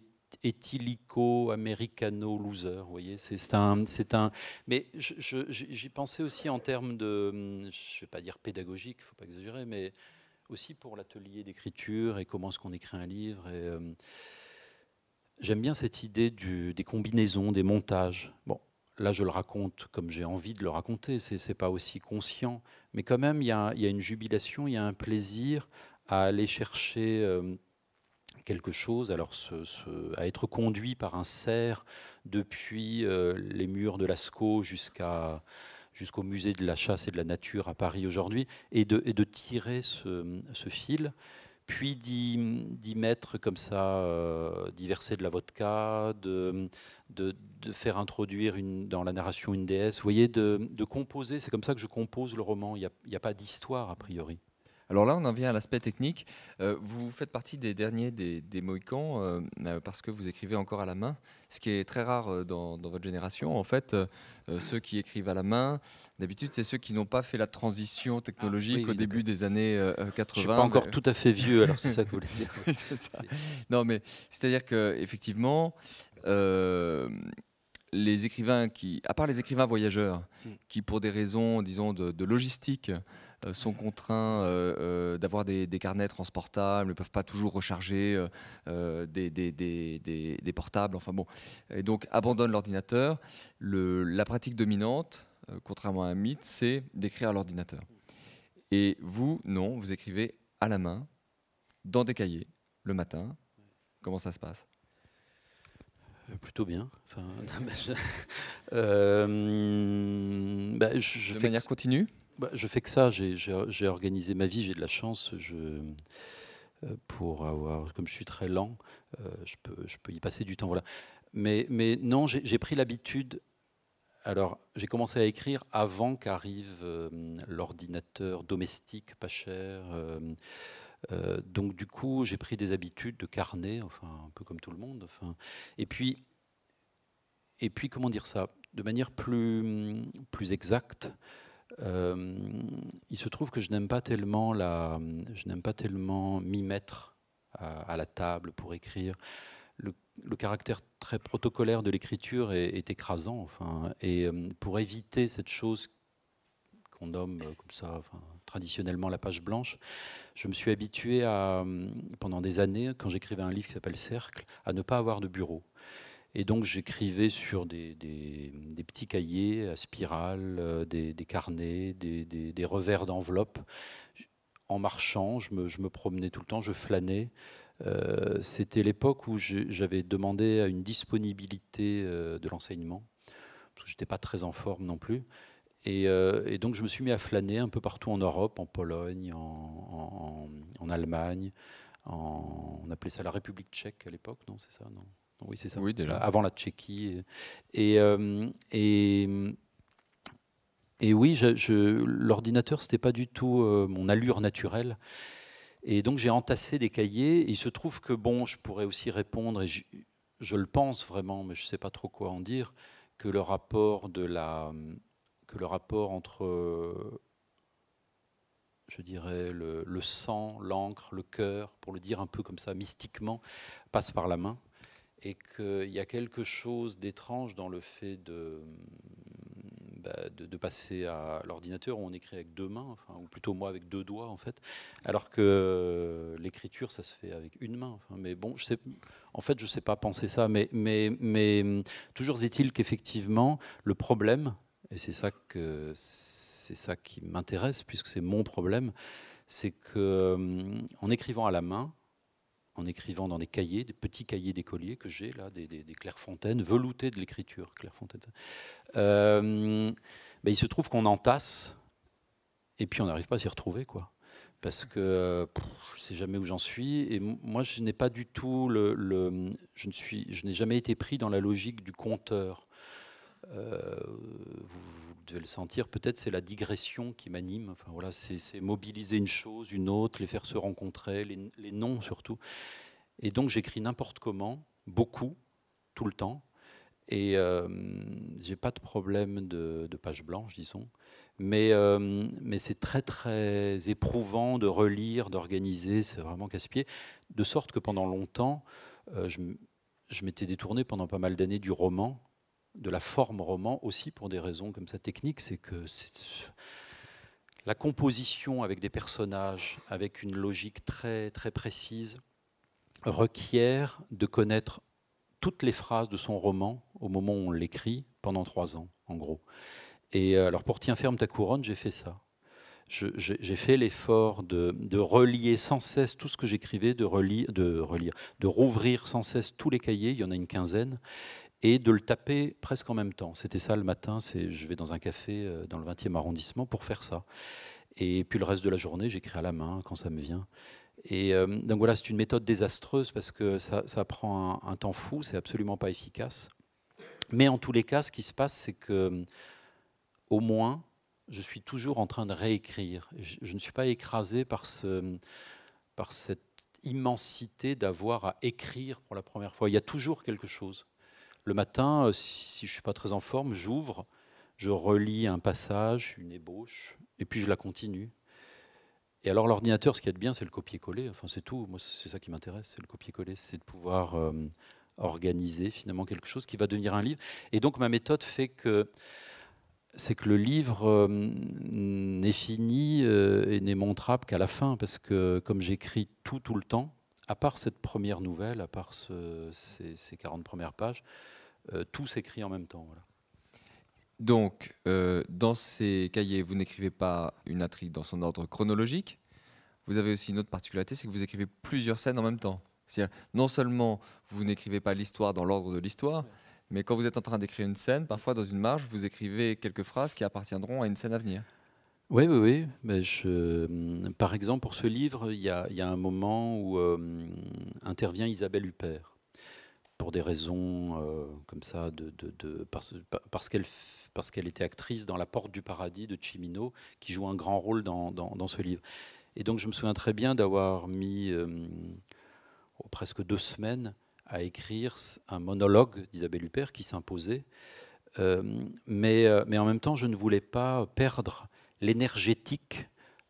éthylico-américano-loser. Vous voyez, c'est un. Mais j'y pensais aussi en termes de, je ne vais pas dire pédagogique, il ne faut pas exagérer, mais aussi pour l'atelier d'écriture et comment est-ce qu'on écrit un livre. Et, j'aime bien cette idée des combinaisons, des montages. Bon, là, je le raconte comme j'ai envie de le raconter. C'est pas aussi conscient, mais quand même, il y a une jubilation, il y a un plaisir à aller chercher quelque chose, alors à être conduit par un cerf depuis les murs de Lascaux jusqu'au musée de la chasse et de la nature à Paris aujourd'hui, et de tirer ce fil, puis d'y mettre comme ça, d'y verser de la vodka, de faire introduire dans la narration une déesse, vous voyez, de composer, c'est comme ça que je compose le roman, il n'y a pas d'histoire a priori. Alors là, on en vient à l'aspect technique. Vous faites partie des derniers des Mohicans parce que vous écrivez encore à la main, ce qui est très rare dans votre génération. En fait, ceux qui écrivent à la main, d'habitude, c'est ceux qui n'ont pas fait la transition technologique Oui, au début des années 80. Je ne suis pas encore tout à fait vieux, alors c'est ça que vous voulez dire. Oui, c'est ça. Non, mais c'est-à-dire qu'effectivement, les écrivains à part les écrivains voyageurs, qui pour des raisons, disons, de logistique, sont contraints d'avoir des carnets transportables, ne peuvent pas toujours recharger des portables, enfin bon, et donc abandonnent l'ordinateur. La pratique dominante, contrairement à un mythe, c'est d'écrire à l'ordinateur. Et vous, non, vous écrivez à la main, dans des cahiers, le matin. Comment ça se passe ? Plutôt bien. Enfin, de manière continue ? Je fais que ça. J'ai organisé ma vie. J'ai de la chance. Pour avoir, comme je suis très lent, je peux y passer du temps. Voilà. Mais non, j'ai pris l'habitude. Alors, j'ai commencé à écrire avant qu'arrive l'ordinateur domestique pas cher. Donc du coup, j'ai pris des habitudes de carnet, enfin un peu comme tout le monde. Enfin, et puis comment dire ça, de manière plus exacte. Il se trouve que je n'aime pas tellement m'y mettre à la table pour écrire. Le caractère très protocolaire de l'écriture est écrasant. Enfin, et pour éviter cette chose qu'on nomme comme ça, enfin, traditionnellement la page blanche, je me suis habitué pendant des années, quand j'écrivais un livre qui s'appelle Cercle, à ne pas avoir de bureau. Et donc j'écrivais sur des petits cahiers à spirale, des carnets, des revers d'enveloppe. En marchant, je me promenais tout le temps, je flânais. C'était l'époque où j'avais demandé à une disponibilité de l'enseignement, parce que je n'étais pas très en forme non plus. Et donc je me suis mis à flâner un peu partout en Europe, en Pologne, en Allemagne, on appelait ça la République tchèque à l'époque, non, c'est ça, non? Oui, c'est ça. Oui, déjà. Avant la Tchéquie. Et oui, l'ordinateur, c'était pas du tout mon allure naturelle. Et donc j'ai entassé des cahiers. Et il se trouve que, bon, je pourrais aussi répondre, et je le pense vraiment, mais je ne sais pas trop quoi en dire, que le rapport entre, je dirais, le sang, l'encre, le cœur, pour le dire un peu comme ça, mystiquement, passe par la main. Et qu'il y a quelque chose d'étrange dans le fait de passer à l'ordinateur où on écrit avec 2 mains, enfin, ou plutôt moi avec 2 doigts en fait, alors que l'écriture ça se fait avec une main. Enfin, mais bon, en fait je sais pas penser ça, mais toujours est-il qu'effectivement le problème, et c'est ça qui m'intéresse puisque c'est mon problème, c'est que en écrivant à la main, en écrivant dans des cahiers, des petits cahiers d'écolier que j'ai là, des Clairefontaine, veloutés de l'écriture, Clairefontaine. Il se trouve qu'on entasse et puis on n'arrive pas à s'y retrouver, quoi. Parce que je ne sais jamais où j'en suis. Et moi, je n'ai pas du tout je n'ai jamais été pris dans la logique du conteur. Vous devez le sentir, peut-être c'est la digression qui m'anime. Enfin, voilà, c'est mobiliser une chose, une autre, les faire se rencontrer, les noms surtout. Et donc j'écris n'importe comment, beaucoup, tout le temps. Et j'ai pas de problème de page blanche, disons. Mais c'est très très éprouvant de relire, d'organiser, c'est vraiment casse-pied. De sorte que pendant longtemps, je m'étais détourné pendant pas mal d'années du roman, de la forme roman, aussi pour des raisons comme ça techniques. C'est que la composition avec des personnages, avec une logique très très précise, requiert de connaître toutes les phrases de son roman au moment où on l'écrit pendant 3 ans, en gros. Et alors pour Tiens ferme ta couronne, j'ai fait ça. J'ai fait l'effort de relier sans cesse tout ce que j'écrivais, de rouvrir sans cesse tous les cahiers, il y en a une quinzaine, et de le taper presque en même temps. C'était ça le matin, je vais dans un café dans le 20e arrondissement pour faire ça. Et puis le reste de la journée, j'écris à la main quand ça me vient. Et donc voilà, c'est une méthode désastreuse parce que ça prend un temps fou, c'est absolument pas efficace. Mais en tous les cas, ce qui se passe, c'est que au moins, je suis toujours en train de réécrire. Je ne suis pas écrasé par cette immensité d'avoir à écrire pour la première fois. Il y a toujours quelque chose. Le matin, si je ne suis pas très en forme, j'ouvre, je relis un passage, une ébauche, et puis je la continue. Et alors l'ordinateur, ce qu'il y a de bien, c'est le copier-coller. Enfin, c'est tout. Moi, c'est ça qui m'intéresse, c'est le copier-coller, c'est de pouvoir organiser finalement quelque chose qui va devenir un livre. Et donc ma méthode c'est que le livre n'est fini et n'est montrable qu'à la fin, parce que comme j'écris tout le temps, à part cette première nouvelle, à part ces 40 premières pages, tout s'écrit en même temps. Voilà. Donc, dans ces cahiers, vous n'écrivez pas une intrigue dans son ordre chronologique. Vous avez aussi une autre particularité, c'est que vous écrivez plusieurs scènes en même temps. C'est-à-dire, non seulement vous n'écrivez pas l'histoire dans l'ordre de l'histoire, mais quand vous êtes en train d'écrire une scène, parfois dans une marge, vous écrivez quelques phrases qui appartiendront à une scène à venir. Oui. Mais par exemple, pour ce livre, il y a un moment où intervient Isabelle Huppert. Pour des raisons comme ça, parce qu'elle était actrice dans La Porte du Paradis de Cimino, qui joue un grand rôle dans ce livre. Et donc je me souviens très bien d'avoir mis presque 2 semaines à écrire un monologue d'Isabelle Huppert qui s'imposait. Mais en même temps, je ne voulais pas perdre l'énergétique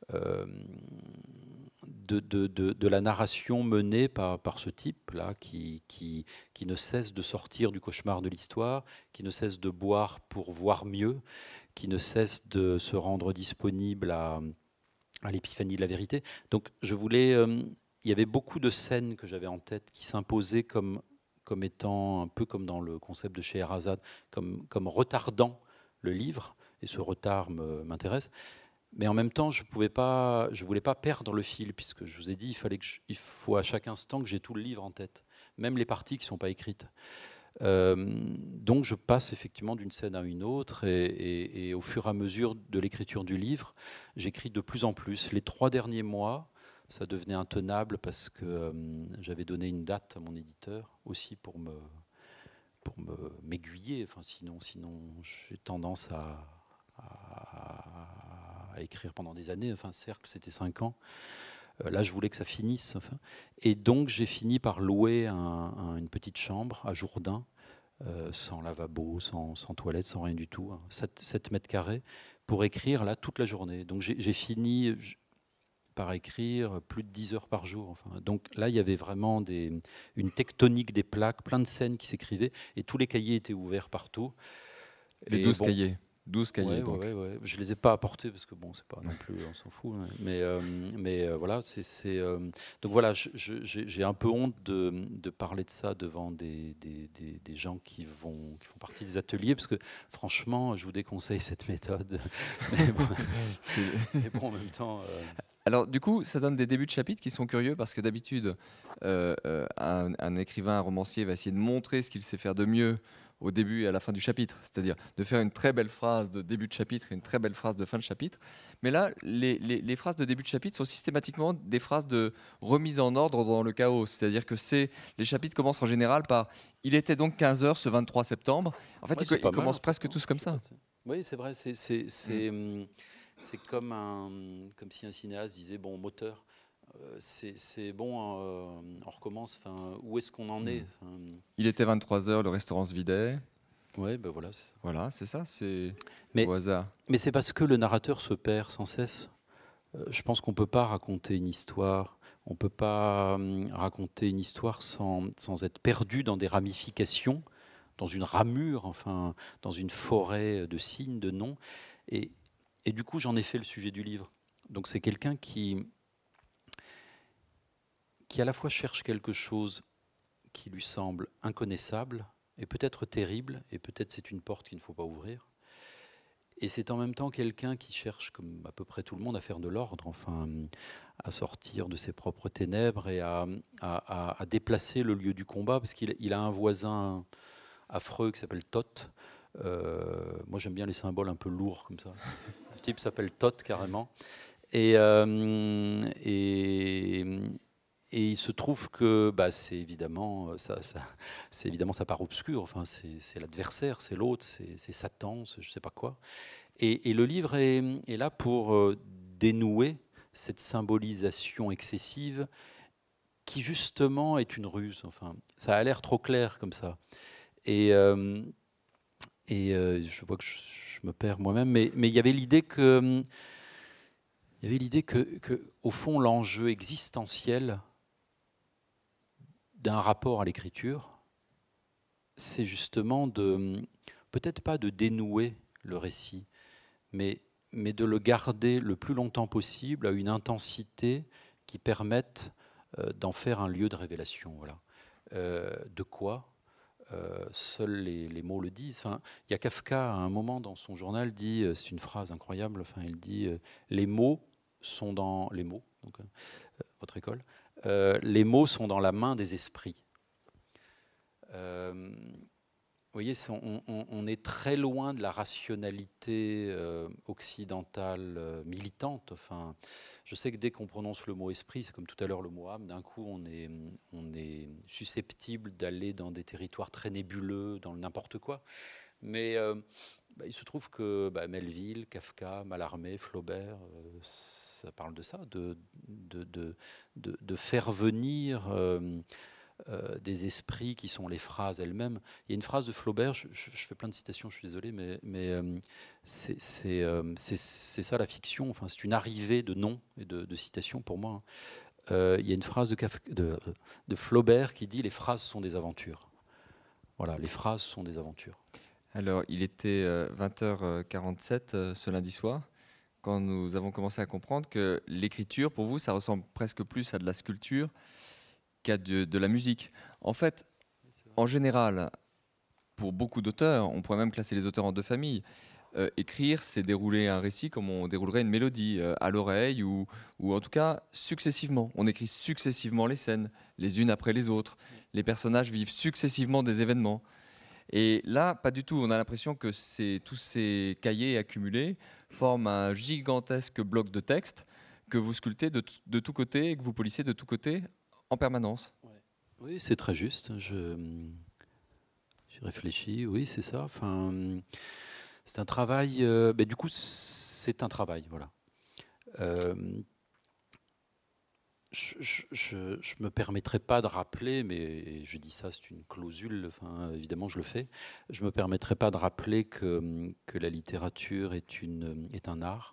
de la narration menée par ce type-là, qui ne cesse de sortir du cauchemar de l'histoire, qui ne cesse de boire pour voir mieux, qui ne cesse de se rendre disponible à l'épiphanie de la vérité. Donc je voulais... il y avait beaucoup de scènes que j'avais en tête qui s'imposaient comme étant un peu comme dans le concept de Scheherazade, comme retardant le livre, et ce retard m'intéresse. Mais en même temps, je voulais pas perdre le fil, puisque je vous ai dit, il faut à chaque instant que j'ai tout le livre en tête, même les parties qui ne sont pas écrites. Donc je passe effectivement d'une scène à une autre, et au fur et à mesure de l'écriture du livre, j'écris de plus en plus. Les 3 derniers mois, ça devenait intenable parce que j'avais donné une date à mon éditeur aussi pour m'aiguiller. Enfin, sinon j'ai tendance à écrire pendant des années. Enfin, cercle, c'était 5 ans. Là, je voulais que ça finisse. Enfin. Et donc, j'ai fini par louer une petite chambre à Jourdain, sans lavabo, sans toilette, sans rien du tout, hein, 7 mètres carrés, pour écrire là toute la journée. Donc, j'ai fini par écrire plus de 10 heures par jour. Enfin, donc là, il y avait vraiment une tectonique des plaques, plein de scènes qui s'écrivaient, et tous les cahiers étaient ouverts partout. Les Et 12 cahiers. 12 cahiers, ouais, donc. Ouais. Je les ai pas apportés parce que bon, c'est pas non plus, on s'en fout. Hein. Mais voilà, donc voilà, j'ai un peu honte de parler de ça devant des gens qui font partie des ateliers, parce que franchement, je vous déconseille cette méthode. Mais bon, en même temps. Alors, du coup, ça donne des débuts de chapitres qui sont curieux parce que d'habitude, un écrivain, un romancier va essayer de montrer ce qu'il sait faire de mieux au début et à la fin du chapitre, c'est-à-dire de faire une très belle phrase de début de chapitre et une très belle phrase de fin de chapitre. Mais là, les phrases de début de chapitre sont systématiquement des phrases de remise en ordre dans le chaos, c'est-à-dire que les chapitres commencent en général par « Il était donc 15 heures ce 23 septembre ». En fait, Ouais, ils commencent presque tous comme ça. Oui, c'est vrai, c'est comme si un cinéaste disait, bon, moteur, c'est bon, on recommence, où est-ce qu'on en est Il était 23 heures, le restaurant se vidait. Oui, ben voilà. C'est ça. Voilà, c'est ça, c'est au hasard. Mais c'est parce que le narrateur se perd sans cesse. Je pense qu'on ne peut pas raconter une histoire, on ne peut pas raconter une histoire sans être perdu dans des ramifications, dans une ramure, enfin, dans une forêt de signes, de noms. Et du coup, j'en ai fait le sujet du livre. Donc c'est quelqu'un qui à la fois cherche quelque chose qui lui semble inconnaissable, et peut-être terrible, et peut-être c'est une porte qu'il ne faut pas ouvrir. Et c'est en même temps quelqu'un qui cherche, comme à peu près tout le monde, à faire de l'ordre, enfin, à sortir de ses propres ténèbres et à déplacer le lieu du combat, parce qu'il a un voisin affreux qui s'appelle Thoth. Moi, j'aime bien les symboles un peu lourds comme ça. Le type s'appelle Thoth carrément. Et il se trouve que c'est évidemment sa part obscure. Enfin, c'est l'adversaire, c'est l'autre, c'est Satan, je ne sais pas quoi. Et le livre est là pour dénouer cette symbolisation excessive qui justement est une ruse. Enfin, ça a l'air trop clair comme ça. Et je vois que je me perds moi-même, mais il y avait l'idée que au fond, l'enjeu existentiel d'un rapport à l'écriture, c'est justement peut-être pas de dénouer le récit, mais de le garder le plus longtemps possible à une intensité qui permette d'en faire un lieu de révélation. Voilà. De quoi seuls les mots le disent. Enfin, il y a Kafka, à un moment dans son journal, dit, c'est une phrase incroyable, enfin, il dit les mots sont dans les mots, donc votre école, les mots sont dans la main des esprits. Vous voyez, on est très loin de la rationalité occidentale militante. Enfin, je sais que dès qu'on prononce le mot esprit, c'est comme tout à l'heure le mot âme, d'un coup on est susceptible d'aller dans des territoires très nébuleux, dans le n'importe quoi. Mais il se trouve que Melville, Kafka, Mallarmé, Flaubert, ça parle de ça, de faire venir des esprits qui sont les phrases elles-mêmes. Il y a une phrase de Flaubert, je fais plein de citations, je suis désolé, mais c'est ça la fiction, enfin, c'est une arrivée de noms et de citations pour moi. Il y a une phrase de Flaubert qui dit « Les phrases sont des aventures ». Voilà, les phrases sont des aventures. Alors, il était 20h47 ce lundi soir, quand nous avons commencé à comprendre que l'écriture, pour vous, ça ressemble presque plus à de la sculpture qu'à de la musique. En fait, en général, pour beaucoup d'auteurs, on pourrait même classer les auteurs en deux familles. Écrire, c'est dérouler un récit comme on déroulerait une mélodie à l'oreille ou en tout cas successivement. On écrit successivement les scènes, les unes après les autres. Les personnages vivent successivement des événements. Et là, pas du tout. On a l'impression que tous ces cahiers accumulés forment un gigantesque bloc de texte que vous sculptez de tous côtés et que vous polissez de tous côtés en permanence. Ouais. Oui, c'est très juste. J'y réfléchis. Oui, c'est ça. Enfin, c'est un travail. Du coup, c'est un travail. Voilà. je me permettrai pas de rappeler, mais je dis ça, c'est une clausule, enfin, évidemment je le fais, je me permettrai pas de rappeler que la littérature est un art.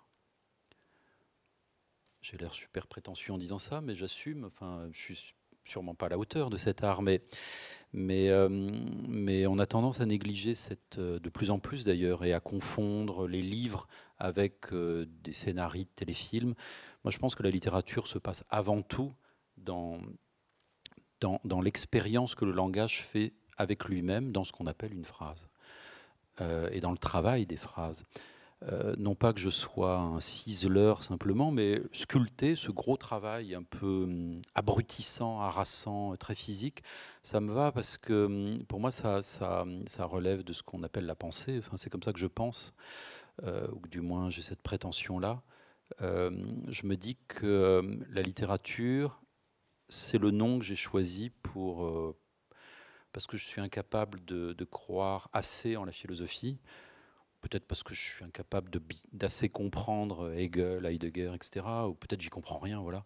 J'ai l'air super prétentieux en disant ça, mais j'assume, enfin, je suis sûrement pas à la hauteur de cet art, mais on a tendance à négliger de plus en plus d'ailleurs, et à confondre les livres avec des scénarios de téléfilms. Moi, je pense que la littérature se passe avant tout dans, dans l'expérience que le langage fait avec lui-même, dans ce qu'on appelle une phrase, et dans le travail des phrases. Non pas que je sois un ciseleur simplement, mais sculpter ce gros travail un peu abrutissant, harassant, très physique, ça me va parce que pour moi, ça relève de ce qu'on appelle la pensée. Enfin, c'est comme ça que je pense, ou du moins j'ai cette prétention-là. Je me dis que la littérature, c'est le nom que j'ai choisi parce que je suis incapable de croire assez en la philosophie. Peut-être parce que je suis incapable d'assez comprendre Hegel, Heidegger, etc. Ou peut-être j'y comprends rien, voilà.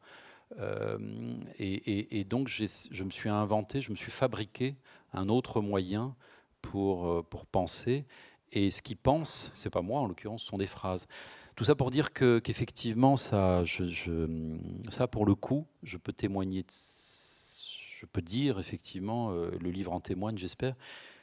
Et donc je me suis inventé, je me suis fabriqué un autre moyen pour penser. Et ce qui pense, c'est pas moi en l'occurrence, ce sont des phrases. Tout ça pour dire qu'effectivement, ça pour le coup, je peux témoigner, je peux dire effectivement, le livre en témoigne, j'espère,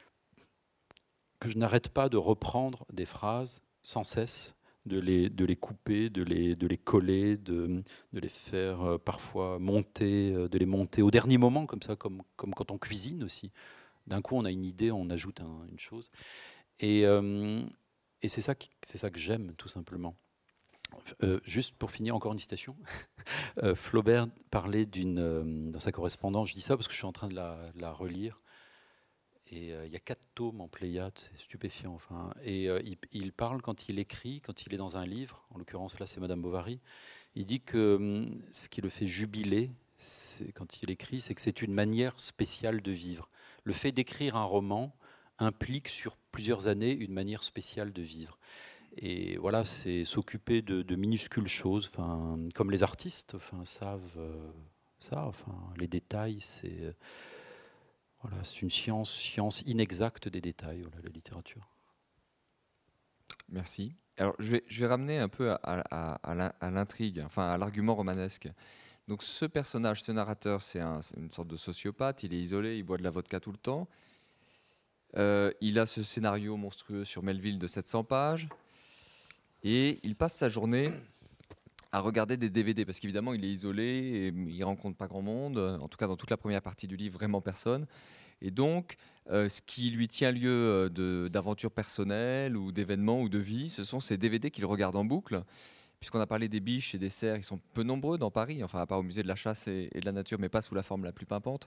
que je n'arrête pas de reprendre des phrases sans cesse, de les couper, de les coller, de les faire parfois monter, de les monter au dernier moment, comme ça, comme quand on cuisine aussi. D'un coup, on a une idée, on ajoute une chose. Et c'est ça que j'aime, tout simplement. Juste pour finir, encore une citation. Flaubert parlait dans sa correspondance, je dis ça parce que je suis en train de la relire, et il y a 4 tomes en Pléiade, c'est stupéfiant. Enfin. Et il parle quand il écrit, quand il est dans un livre, en l'occurrence là c'est Madame Bovary, il dit que ce qui le fait jubiler, quand il écrit, c'est que c'est une manière spéciale de vivre. Le fait d'écrire un roman implique sur plusieurs années une manière spéciale de vivre. Et voilà, c'est s'occuper de minuscules choses, enfin, comme les artistes savent ça, enfin, les détails, c'est... Voilà, c'est une science inexacte des détails, voilà, la littérature. Merci. Alors, je vais ramener un peu à l'intrigue, enfin à l'argument romanesque. Donc, ce personnage, ce narrateur, c'est une sorte de sociopathe. Il est isolé, il boit de la vodka tout le temps. Il a ce scénario monstrueux sur Melville de 700 pages. Et il passe sa journée à regarder des DVD, parce qu'évidemment, il est isolé et il rencontre pas grand monde. En tout cas, dans toute la première partie du livre, vraiment personne. Et donc, ce qui lui tient lieu d'aventures personnelles ou d'événements ou de vie, ce sont ces DVD qu'il regarde en boucle. Puisqu'on a parlé des biches et des cerfs, ils sont peu nombreux dans Paris, enfin à part au musée de la chasse et de la nature, mais pas sous la forme la plus pimpante.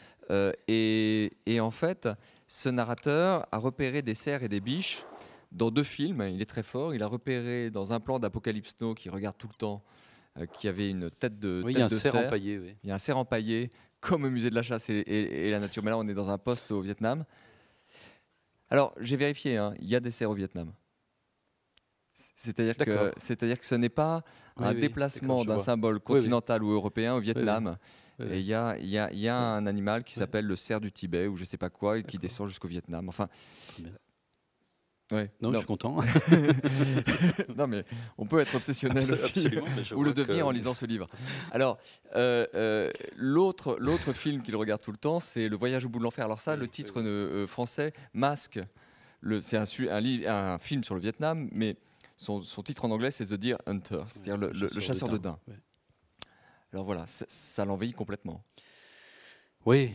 Et en fait, ce narrateur a repéré des cerfs et des biches dans 2 films. Il est très fort. Il a repéré dans un plan d'Apocalypse Now qui regarde tout le temps, qui avait une tête de Oui, il y tête a un de cerf cerf. empaillé, oui. Il y a un cerf empaillé, comme au musée de la chasse et la nature. Mais là, on est dans un poste au Vietnam. Alors, j'ai vérifié, hein, il y a des cerfs au Vietnam. C'est-à-dire que ce n'est pas un déplacement d'un symbole continental ou européen au Vietnam. Oui, oui. Et il y a un animal qui s'appelle le cerf du Tibet ou je ne sais pas quoi, et qui descend jusqu'au Vietnam. Enfin, ouais. Non, je suis content. Non, mais on peut être obsessionnel aussi, ou le devenir en lisant ce livre. Alors, l'autre film qu'il regarde tout le temps, c'est Le Voyage au bout de l'enfer. Alors ça, le titre français, Masque, c'est un film sur le Vietnam, mais son titre en anglais, c'est The Deer Hunter, c'est-à-dire le chasseur de daims. Ouais. Alors voilà, ça l'envahit complètement. Oui,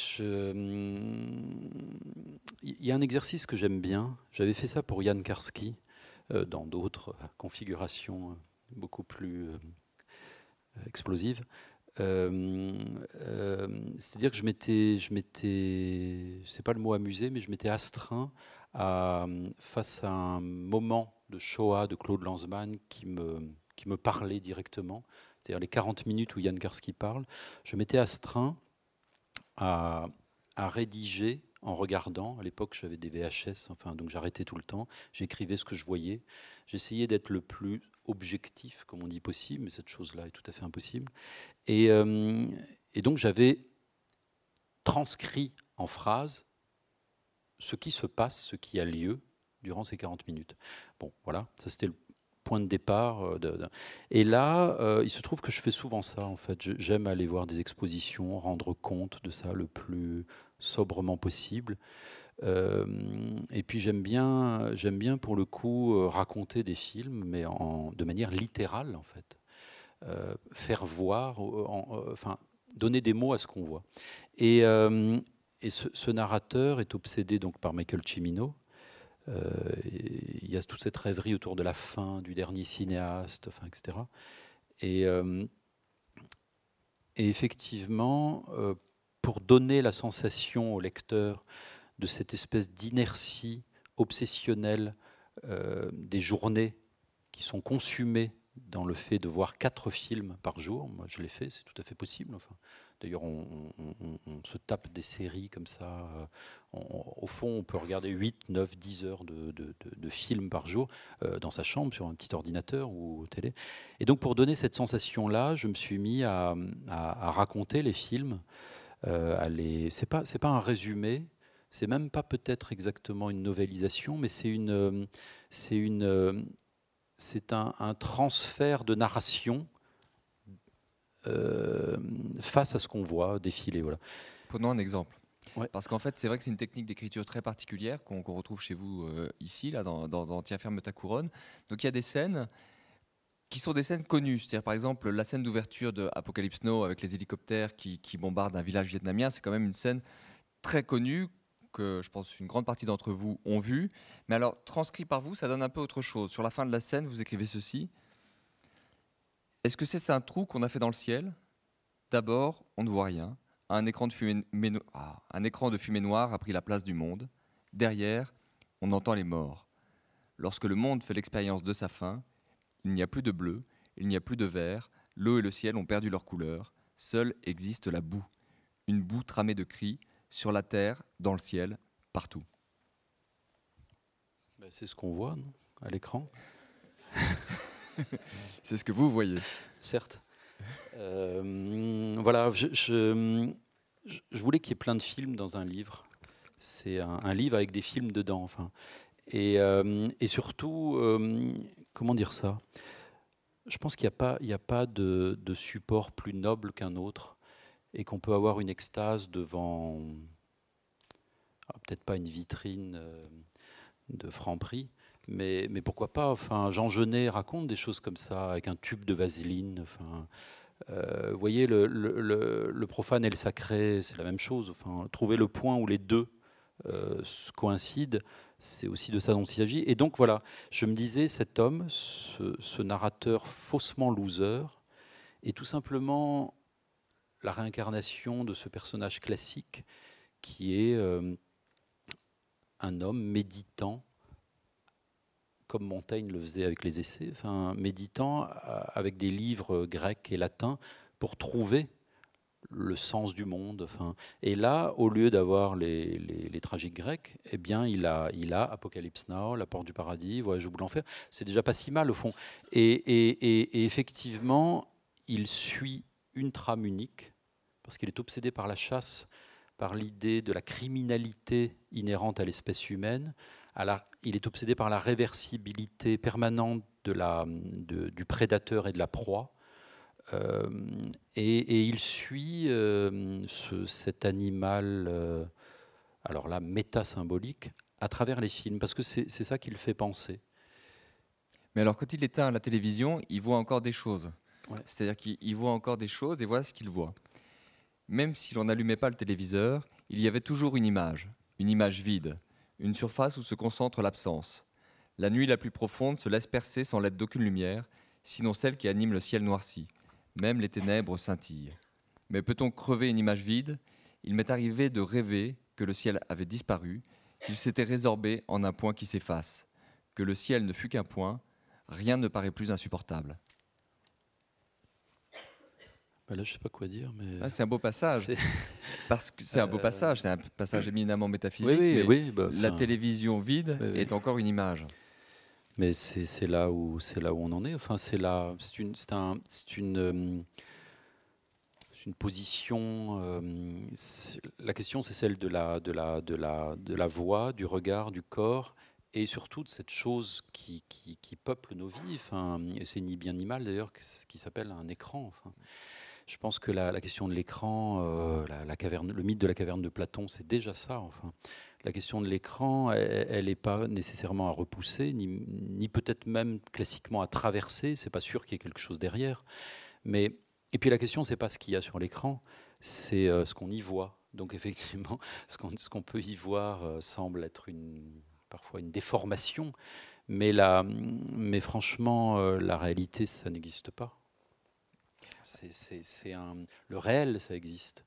il y a un exercice que j'aime bien. J'avais fait ça pour Jan Karski, dans d'autres configurations beaucoup plus explosives. C'est-à-dire que c'est pas le mot amusé, mais je m'étais astreint face à un moment de Shoah de Claude Lanzmann qui me parlait directement, c'est-à-dire les 40 minutes où Jan Karski parle, je m'étais astreint à rédiger en regardant. À l'époque, j'avais des VHS, enfin, donc j'arrêtais tout le temps. J'écrivais ce que je voyais. J'essayais d'être le plus objectif, comme on dit, possible, mais cette chose-là est tout à fait impossible. Et donc j'avais transcrit en phrases ce qui se passe, ce qui a lieu durant ces 40 minutes. Bon, voilà, ça c'était le point de départ. Et là, il se trouve que je fais souvent ça, en fait. J'aime aller voir des expositions, rendre compte de ça le plus sobrement possible. Et puis j'aime bien pour le coup raconter des films, mais de manière littérale, en fait. Faire voir, enfin, donner des mots à ce qu'on voit. Et ce narrateur est obsédé donc par Michael Cimino. Il y a toute cette rêverie autour de la fin du dernier cinéaste, enfin, etc. Et effectivement, pour donner la sensation au lecteur de cette espèce d'inertie obsessionnelle des journées qui sont consumées dans le fait de voir 4 films par jour. Moi, je l'ai fait, c'est tout à fait possible. Enfin, d'ailleurs, on se tape des séries comme ça. Au fond, on peut regarder 8, 9, 10 heures de films par jour dans sa chambre, sur un petit ordinateur ou télé. Et donc, pour donner cette sensation-là, je me suis mis à raconter les films. C'est pas un résumé, c'est même pas peut-être exactement une novélisation, mais c'est un transfert de narration face à ce qu'on voit défiler. Voilà. Prenons un exemple. Ouais. Parce qu'en fait, c'est vrai que c'est une technique d'écriture très particulière qu'on retrouve chez vous ici, là, dans Tiens, ferme ta couronne. Donc il y a des scènes qui sont des scènes connues. C'est-à-dire, par exemple, la scène d'ouverture de Apocalypse Now avec les hélicoptères qui bombardent un village vietnamien, c'est quand même une scène très connue que je pense une grande partie d'entre vous ont vu. Mais alors, transcrit par vous, ça donne un peu autre chose. Sur la fin de la scène, vous écrivez ceci. Est-ce que c'est un trou qu'on a fait dans le ciel ? D'abord, on ne voit rien. Un écran de fumée noire a pris la place du monde. Derrière, on entend les morts. Lorsque le monde fait l'expérience de sa fin, il n'y a plus de bleu, il n'y a plus de vert, l'eau et le ciel ont perdu leur couleur. Seule existe la boue. Une boue tramée de cris, sur la terre, dans le ciel, partout. Ben, c'est ce qu'on voit, non, à l'écran. C'est ce que vous voyez. Certes. Voilà, je voulais qu'il y ait plein de films dans un livre. C'est un livre avec des films dedans, enfin. Et surtout, comment dire ça ? Je pense qu'il n'y a pas de support plus noble qu'un autre, et qu'on peut avoir une extase devant, peut-être pas une vitrine de Franprix, mais pourquoi pas. Enfin, Jean Genet raconte des choses comme ça, avec un tube de vaseline. Enfin, vous voyez, le profane et le sacré, c'est la même chose. Enfin, trouver le point où les deux coïncident, c'est aussi de ça dont il s'agit. Et donc voilà, je me disais, cet homme, ce narrateur faussement loser, est tout simplement la réincarnation de ce personnage classique qui est un homme méditant, comme Montaigne le faisait avec les essais, enfin, méditant avec des livres grecs et latins pour trouver le sens du monde. Enfin, et là, au lieu d'avoir les tragiques grecs, eh bien, il a Apocalypse Now, La Porte du Paradis, Voyage au bout de l'enfer. C'est déjà pas si mal, au fond. Et effectivement, il suit une trame unique, parce qu'il est obsédé par la chasse, par l'idée de la criminalité inhérente à l'espèce humaine. Il est obsédé par la réversibilité permanente du prédateur et de la proie. Et il suit cet animal, alors là, méta-symbolique, à travers les films, parce que c'est ça qui le fait penser. Mais alors, quand il éteint la télévision, il voit encore des choses. Ouais. C'est-à-dire qu'il voit encore des choses et voilà ce qu'il voit. Même si l'on n'allumait pas le téléviseur, il y avait toujours une image vide, une surface où se concentre l'absence. La nuit la plus profonde se laisse percer sans l'aide d'aucune lumière, sinon celle qui anime le ciel noirci. Même les ténèbres scintillent. Mais peut-on crever une image vide ? Il m'est arrivé de rêver que le ciel avait disparu, qu'il s'était résorbé en un point qui s'efface, que le ciel ne fut qu'un point, rien ne paraît plus insupportable. Ben là, je ne sais pas quoi dire, mais... C'est un beau passage. Parce que c'est un beau passage, c'est un passage éminemment métaphysique. Oui, mais la télévision vide est encore une image. Mais c'est là où on en est. Enfin, c'est une position. La question, c'est celle de la voix, du regard, du corps, et surtout de cette chose qui peuple nos vies. Enfin, et c'est ni bien ni mal d'ailleurs, qui s'appelle un écran. Enfin, je pense que la question de l'écran, la caverne, le mythe de la caverne de Platon, c'est déjà ça. Enfin, la question de l'écran, elle n'est pas nécessairement à repousser, ni peut-être même classiquement à traverser. C'est pas sûr qu'il y ait quelque chose derrière. Mais et puis la question, c'est pas ce qu'il y a sur l'écran, c'est ce qu'on y voit. Donc effectivement, ce qu'on peut y voir semble être parfois une déformation, mais franchement, la réalité, ça n'existe pas. Le réel, ça existe.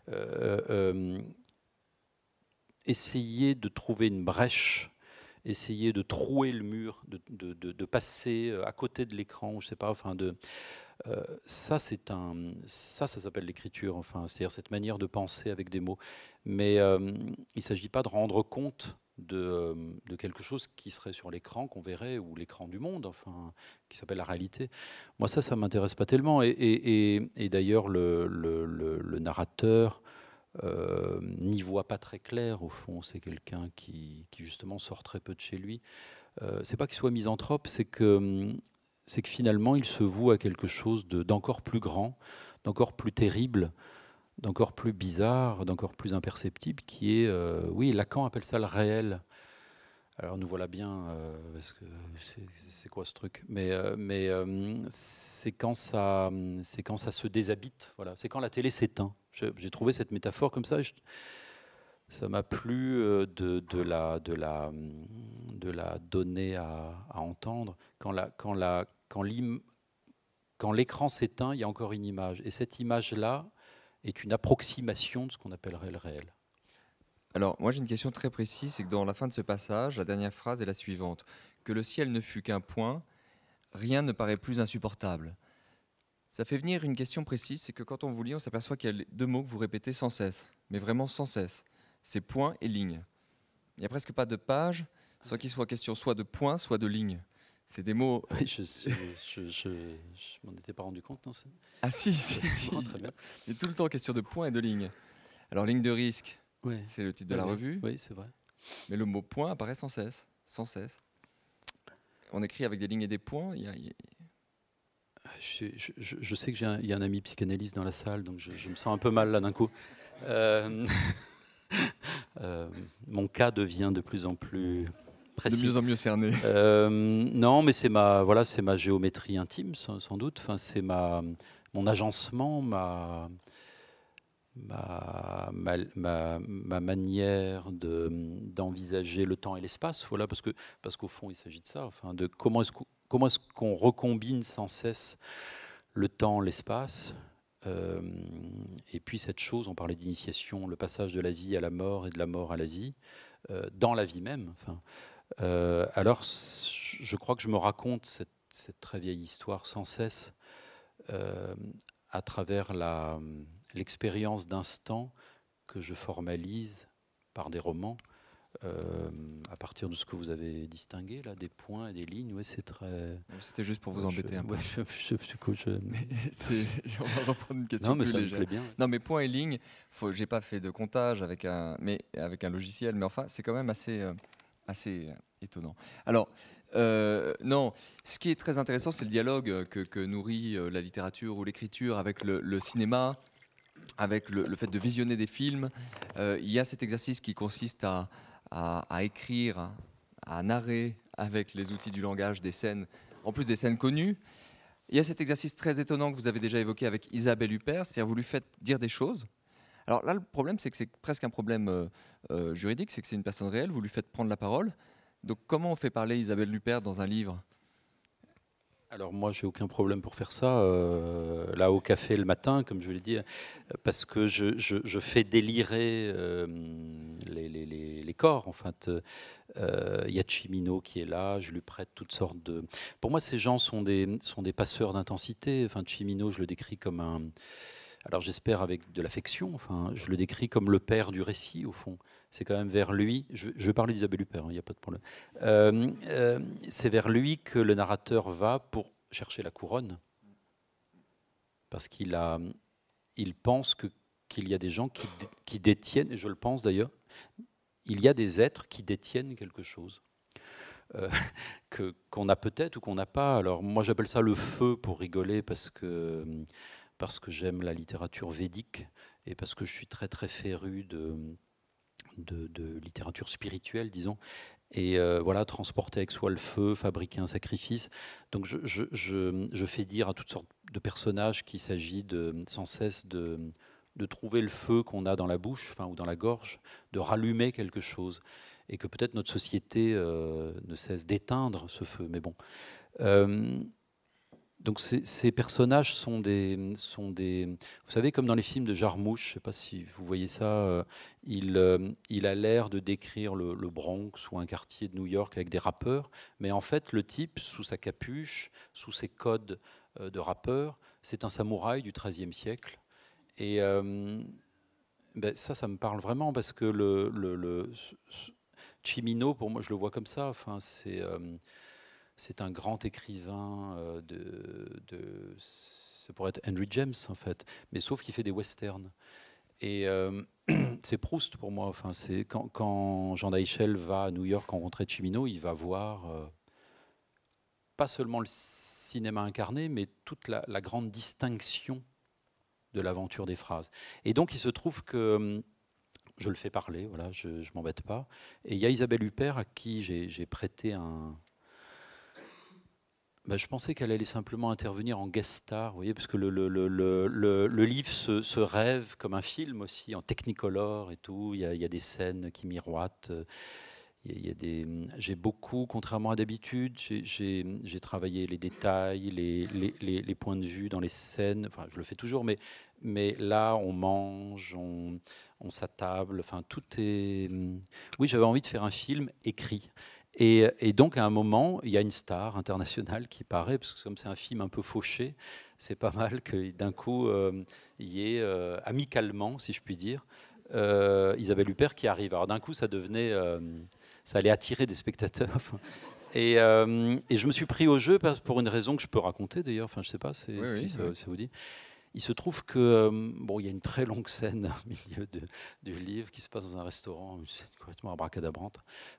Essayer de trouver une brèche, essayer de trouer le mur, de passer à côté de l'écran, je sais pas, enfin ça s'appelle l'écriture, enfin, c'est-à-dire cette manière de penser avec des mots. Mais il ne s'agit pas de rendre compte de quelque chose qui serait sur l'écran, qu'on verrait, ou l'écran du monde, enfin, qui s'appelle la réalité. Moi, ça m'intéresse pas tellement. Et d'ailleurs, le narrateur n'y voit pas très clair, au fond. C'est quelqu'un qui justement sort très peu de chez lui. C'est pas qu'il soit misanthrope, c'est que finalement, il se voue à quelque chose d'encore plus grand, d'encore plus terrible, d'encore plus bizarre, d'encore plus imperceptible, qui est, oui, Lacan appelle ça le réel. Alors nous voilà bien, parce que c'est quoi ce truc? Mais c'est quand ça se déshabite. Voilà, c'est quand la télé s'éteint. J'ai trouvé cette métaphore comme ça. Ça m'a plu de la donner à entendre. Quand l'écran s'éteint, il y a encore une image. Et cette image-là est une approximation de ce qu'on appellerait le réel. Alors, moi j'ai une question très précise, c'est que dans la fin de ce passage, la dernière phrase est la suivante. Que le ciel ne fût qu'un point, rien ne paraît plus insupportable. Ça fait venir une question précise, c'est que quand on vous lit, on s'aperçoit qu'il y a deux mots que vous répétez sans cesse, mais vraiment sans cesse. C'est point et ligne. Il n'y a presque pas de page sans qu'il soit question soit de point, soit de ligne. C'est des mots... Oui, je m'en étais pas rendu compte, non? Ah si. Très bien. Il y a tout le temps question de point et de ligne. Alors, ligne de risque, ouais. C'est le titre de la revue. Oui, c'est vrai. Mais le mot point apparaît sans cesse. Sans cesse. On écrit avec des lignes et des points. Je sais qu'il y a un ami psychanalyste dans la salle, donc je me sens un peu mal là d'un coup. Mon cas devient de plus en plus précis. De mieux en mieux cerné. Non, mais c'est ma géométrie intime, sans doute. Enfin, c'est mon agencement, ma manière d'envisager le temps et l'espace. Voilà, parce qu'au fond, il s'agit de ça. Enfin, de comment est-ce qu'on recombine sans cesse le temps, l'espace. Et puis cette chose, on parlait d'initiation, le passage de la vie à la mort et de la mort à la vie, dans la vie même. Enfin, alors, je crois que je me raconte cette très vieille histoire sans cesse à travers l'expérience d'instant que je formalise par des romans. À partir de ce que vous avez distingué, là, des points et des lignes, ouais, c'est très... C'était juste pour vous embêter un peu. Ouais, On va reprendre une question non, mais plus ça légère. me plaît bien. Non, mais points et lignes, j'ai pas fait de comptage avec un logiciel, mais enfin, c'est quand même assez étonnant. Alors, non, ce qui est très intéressant, c'est le dialogue que nourrit la littérature ou l'écriture avec le cinéma, avec le fait de visionner des films. Il y a cet exercice qui consiste à écrire, à narrer avec les outils du langage des scènes, en plus des scènes connues. Il y a cet exercice très étonnant que vous avez déjà évoqué avec Isabelle Huppert, c'est-à-dire vous lui faites dire des choses. Alors là, le problème, c'est que c'est presque un problème juridique, c'est que c'est une personne réelle, vous lui faites prendre la parole. Donc comment on fait parler Isabelle Huppert dans un livre ? Alors moi, j'ai aucun problème pour faire ça, là au café le matin, comme je l'ai dit, parce que je fais délirer les corps. En fait, il y a Cimino qui est là, je lui prête toutes sortes de... Pour moi, ces gens sont des passeurs d'intensité. Enfin, Cimino, je le décris comme alors j'espère avec de l'affection, enfin, je le décris comme le père du récit, au fond. c'est quand même vers lui, je vais parler d'Isabelle Huppert, il n'y a pas de problème, c'est vers lui que le narrateur va pour chercher la couronne, parce il pense qu'il y a des gens qui détiennent, et je le pense d'ailleurs, il y a des êtres qui détiennent quelque chose. Qu'on a peut-être ou qu'on n'a pas. Alors moi j'appelle ça le feu pour rigoler parce que j'aime la littérature védique et parce que je suis très très féru de littérature spirituelle, disons. Et voilà, transporter avec soi le feu, fabriquer un sacrifice. Donc je fais dire à toutes sortes de personnages qu'il s'agit sans cesse de trouver le feu qu'on a dans la bouche, enfin, ou dans la gorge, de rallumer quelque chose. Et que peut-être notre société ne cesse d'éteindre ce feu. Mais bon. Donc ces personnages sont des... Vous savez, comme dans les films de Jarmusch, je ne sais pas si vous voyez ça, il a l'air de décrire le Bronx ou un quartier de New York avec des rappeurs, mais en fait, le type, sous sa capuche, sous ses codes de rappeur, c'est un samouraï du XIIIe siècle. Et ça me parle vraiment parce que Cimino, pour moi, je le vois comme ça. Enfin, c'est un grand écrivain ça pourrait être Henry James en fait, mais sauf qu'il fait des westerns. Et c'est Proust pour moi. Enfin, c'est quand Jean Daïchel va à New York rencontrer Cimino, il va voir pas seulement le cinéma incarné, mais toute la grande distinction de l'aventure des phrases. Et donc, il se trouve que je le fais parler, voilà, je ne m'embête pas. Et il y a Isabelle Huppert à qui j'ai prêté un... je pensais qu'elle allait simplement intervenir en guest star, vous voyez, parce que le livre se rêve comme un film aussi, en technicolor et tout. Il y a des scènes qui miroitent. J'ai beaucoup, contrairement à d'habitude, j'ai travaillé les détails, les points de vue dans les scènes. Enfin, je le fais toujours, mais là, on mange, on s'attable. Enfin, tout est... Oui, j'avais envie de faire un film écrit. Et donc, à un moment, il y a une star internationale qui paraît, parce que comme c'est un film un peu fauché, c'est pas mal que d'un coup, il y ait, amicalement, si je puis dire, Isabelle Huppert qui arrive. Alors d'un coup, ça devenait... ça allait attirer des spectateurs. Et je me suis pris au jeu pour une raison que je peux raconter d'ailleurs. Enfin, je sais pas si ça vous dit. Il se trouve que il y a une très longue scène au milieu du livre qui se passe dans un restaurant, c'est complètement abracadabrante,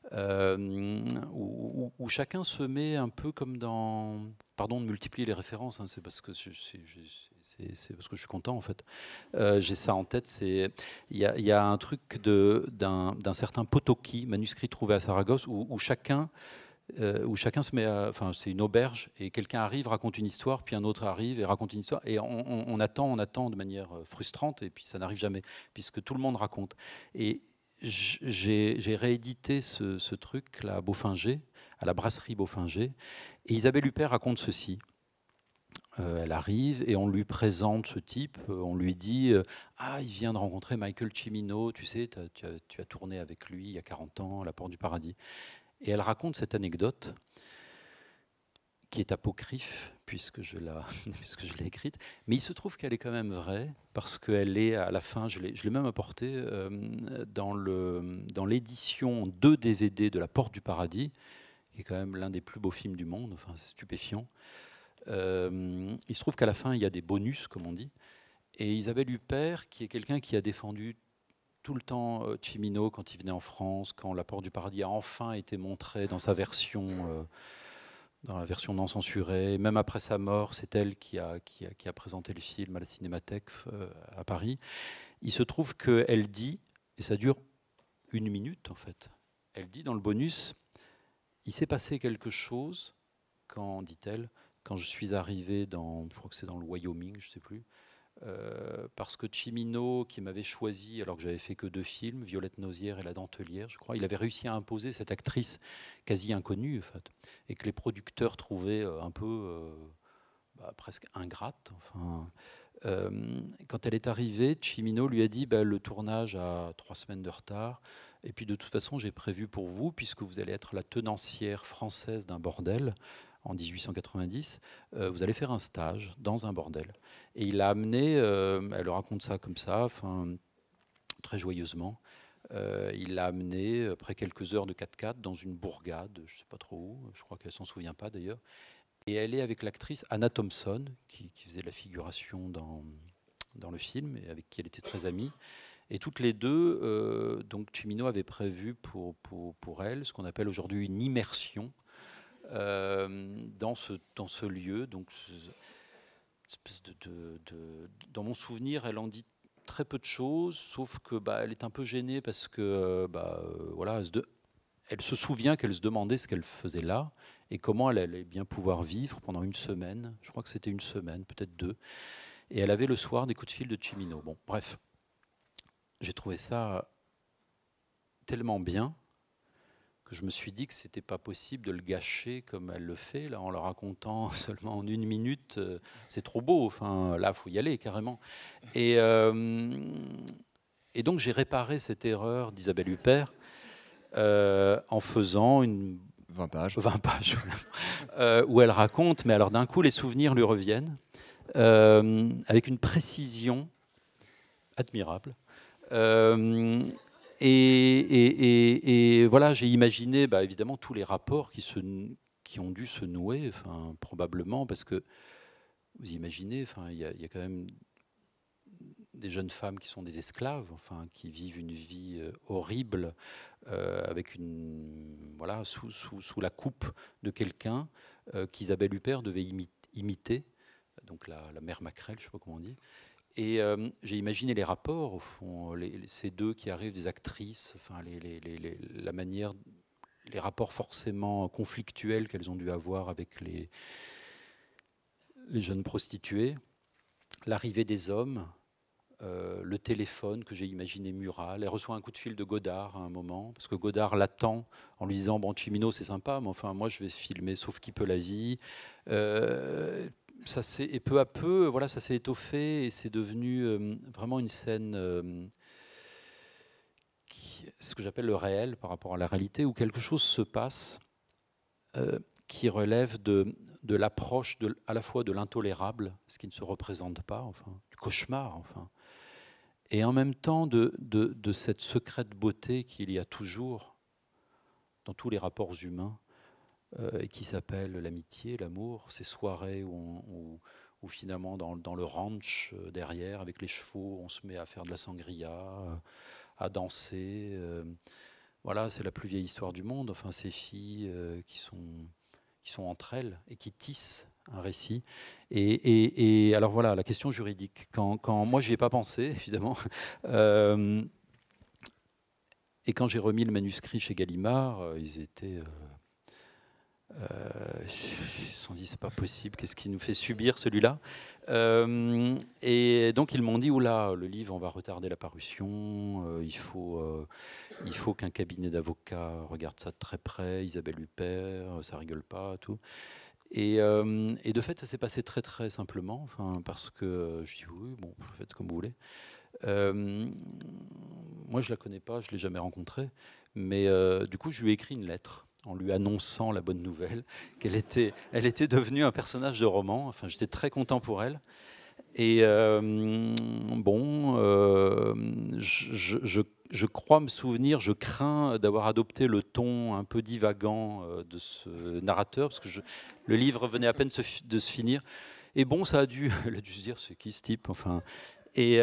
où chacun se met un peu comme dans... Pardon de multiplier les références, hein, c'est parce que c'est parce que je suis content en fait. J'ai ça en tête. Il y a un truc d'un certain Potocki, manuscrit trouvé à Saragosse, où chacun se met enfin, c'est une auberge et quelqu'un arrive, raconte une histoire, puis un autre arrive et raconte une histoire, et on attend de manière frustrante, et puis ça n'arrive jamais, puisque tout le monde raconte. Et j'ai réédité ce truc-là à Beaufinger, à la brasserie Beaufinger, et Isabelle Huppert raconte ceci. Elle arrive et on lui présente ce type, on lui dit ah, il vient de rencontrer Michael Cimino, tu sais, tu as tourné avec lui il y a 40 ans à la Porte du Paradis. Et elle raconte cette anecdote qui est apocryphe puisque je l'ai écrite, mais il se trouve qu'elle est quand même vraie parce qu'elle est à la fin, je l'ai même apportée dans l'édition 2 DVD de La Porte du Paradis, qui est quand même l'un des plus beaux films du monde, enfin c'est stupéfiant. Il se trouve qu'à la fin il y a des bonus comme on dit, et Isabelle Huppert, qui est quelqu'un qui a défendu tout le temps Cimino quand il venait en France, quand La Porte du Paradis a enfin été montrée dans sa version, dans la version non censurée, même après sa mort, c'est elle qui a présenté le film à la Cinémathèque à Paris. Il se trouve qu'elle dit, et ça dure 1 minute en fait, elle dit dans le bonus, il s'est passé quelque chose quand, dit-elle, quand je suis arrivé je crois que c'est dans le Wyoming, je ne sais plus, parce que Cimino, qui m'avait choisi alors que j'avais fait que 2 films, Violette Nozière et La Dentelière, je crois, il avait réussi à imposer cette actrice quasi inconnue, en fait, et que les producteurs trouvaient un peu presque ingrate. Enfin, quand elle est arrivée, Cimino lui a dit le tournage a 3 semaines de retard, et puis de toute façon j'ai prévu pour vous, puisque vous allez être la tenancière française d'un bordel en 1890, vous allez faire un stage dans un bordel. Et il l'a amené, elle raconte ça comme ça, enfin, très joyeusement, Il l'a amenée, après quelques heures de 4x4, dans une bourgade, je ne sais pas trop où, je crois qu'elle ne s'en souvient pas d'ailleurs. Et elle est avec l'actrice Anna Thompson, qui faisait la figuration dans le film, et avec qui elle était très amie. Et toutes les deux, donc Cimino avait prévu pour elle ce qu'on appelle aujourd'hui une immersion dans ce lieu. Donc, espèce dans mon souvenir, elle en dit très peu de choses, sauf que elle est un peu gênée parce que voilà, elle se souvient qu'elle se demandait ce qu'elle faisait là et comment elle allait bien pouvoir vivre pendant une semaine. Je crois que c'était une semaine, peut-être 2. Et elle avait le soir des coups de fil de Cimino. Bon, bref, j'ai trouvé ça tellement bien que je me suis dit que c'était pas possible de le gâcher comme elle le fait là en le racontant seulement en 1 minute. C'est trop beau. Enfin, là, faut y aller carrément. Et donc j'ai réparé cette erreur d'Isabelle Huppert en faisant une 20 pages. 20 pages où elle raconte, mais alors d'un coup les souvenirs lui reviennent avec une précision admirable. Et voilà, j'ai imaginé évidemment tous les rapports qui ont dû se nouer, probablement, parce que vous imaginez, il y a quand même des jeunes femmes qui sont des esclaves, qui vivent une vie horrible avec sous la coupe de quelqu'un qu'Isabelle Huppert devait imiter, donc la mère Macrel, je ne sais pas comment on dit. Et j'ai imaginé les rapports, au fond, ces deux qui arrivent, des actrices, la manière, les rapports forcément conflictuels qu'elles ont dû avoir avec les jeunes prostituées, l'arrivée des hommes, le téléphone que j'ai imaginé mural. Elle reçoit un coup de fil de Godard à un moment, parce que Godard l'attend en lui disant « Bon, Cimino, c'est sympa, mais moi, je vais filmer Sauf qui peut la vie ». Et peu à peu, voilà, ça s'est étoffé et c'est devenu vraiment une scène c'est ce que j'appelle le réel par rapport à la réalité, où quelque chose se passe qui relève de l'approche à la fois de l'intolérable, ce qui ne se représente pas, du cauchemar, et en même temps de cette secrète beauté qu'il y a toujours dans tous les rapports humains, et qui s'appelle l'amitié, l'amour, ces soirées où finalement dans le ranch derrière, avec les chevaux, on se met à faire de la sangria, à danser. Voilà, c'est la plus vieille histoire du monde. Ces filles qui sont entre elles et qui tissent un récit. Et alors voilà, la question juridique. Quand moi, je n'y ai pas pensé, évidemment. Et quand j'ai remis le manuscrit chez Gallimard, ils étaient... ils se sont dit, c'est pas possible, qu'est-ce qui nous fait subir celui-là et donc ils m'ont dit, oula, le livre, on va retarder la parution, il faut qu'un cabinet d'avocats regarde ça de très près, Isabelle Huppert, ça rigole pas, tout. Et de fait, ça s'est passé très très simplement, parce que je dis oui, bon, faites comme vous voulez. Moi, je la connais pas, je l'ai jamais rencontrée, mais du coup, je lui ai écrit une lettre en lui annonçant la bonne nouvelle, elle était devenue un personnage de roman. J'étais très content pour elle. Et je crois me souvenir, je crains d'avoir adopté le ton un peu divagant de ce narrateur, parce que le livre venait à peine de se finir. Et bon, elle a dû se dire, c'est qui ce type, Et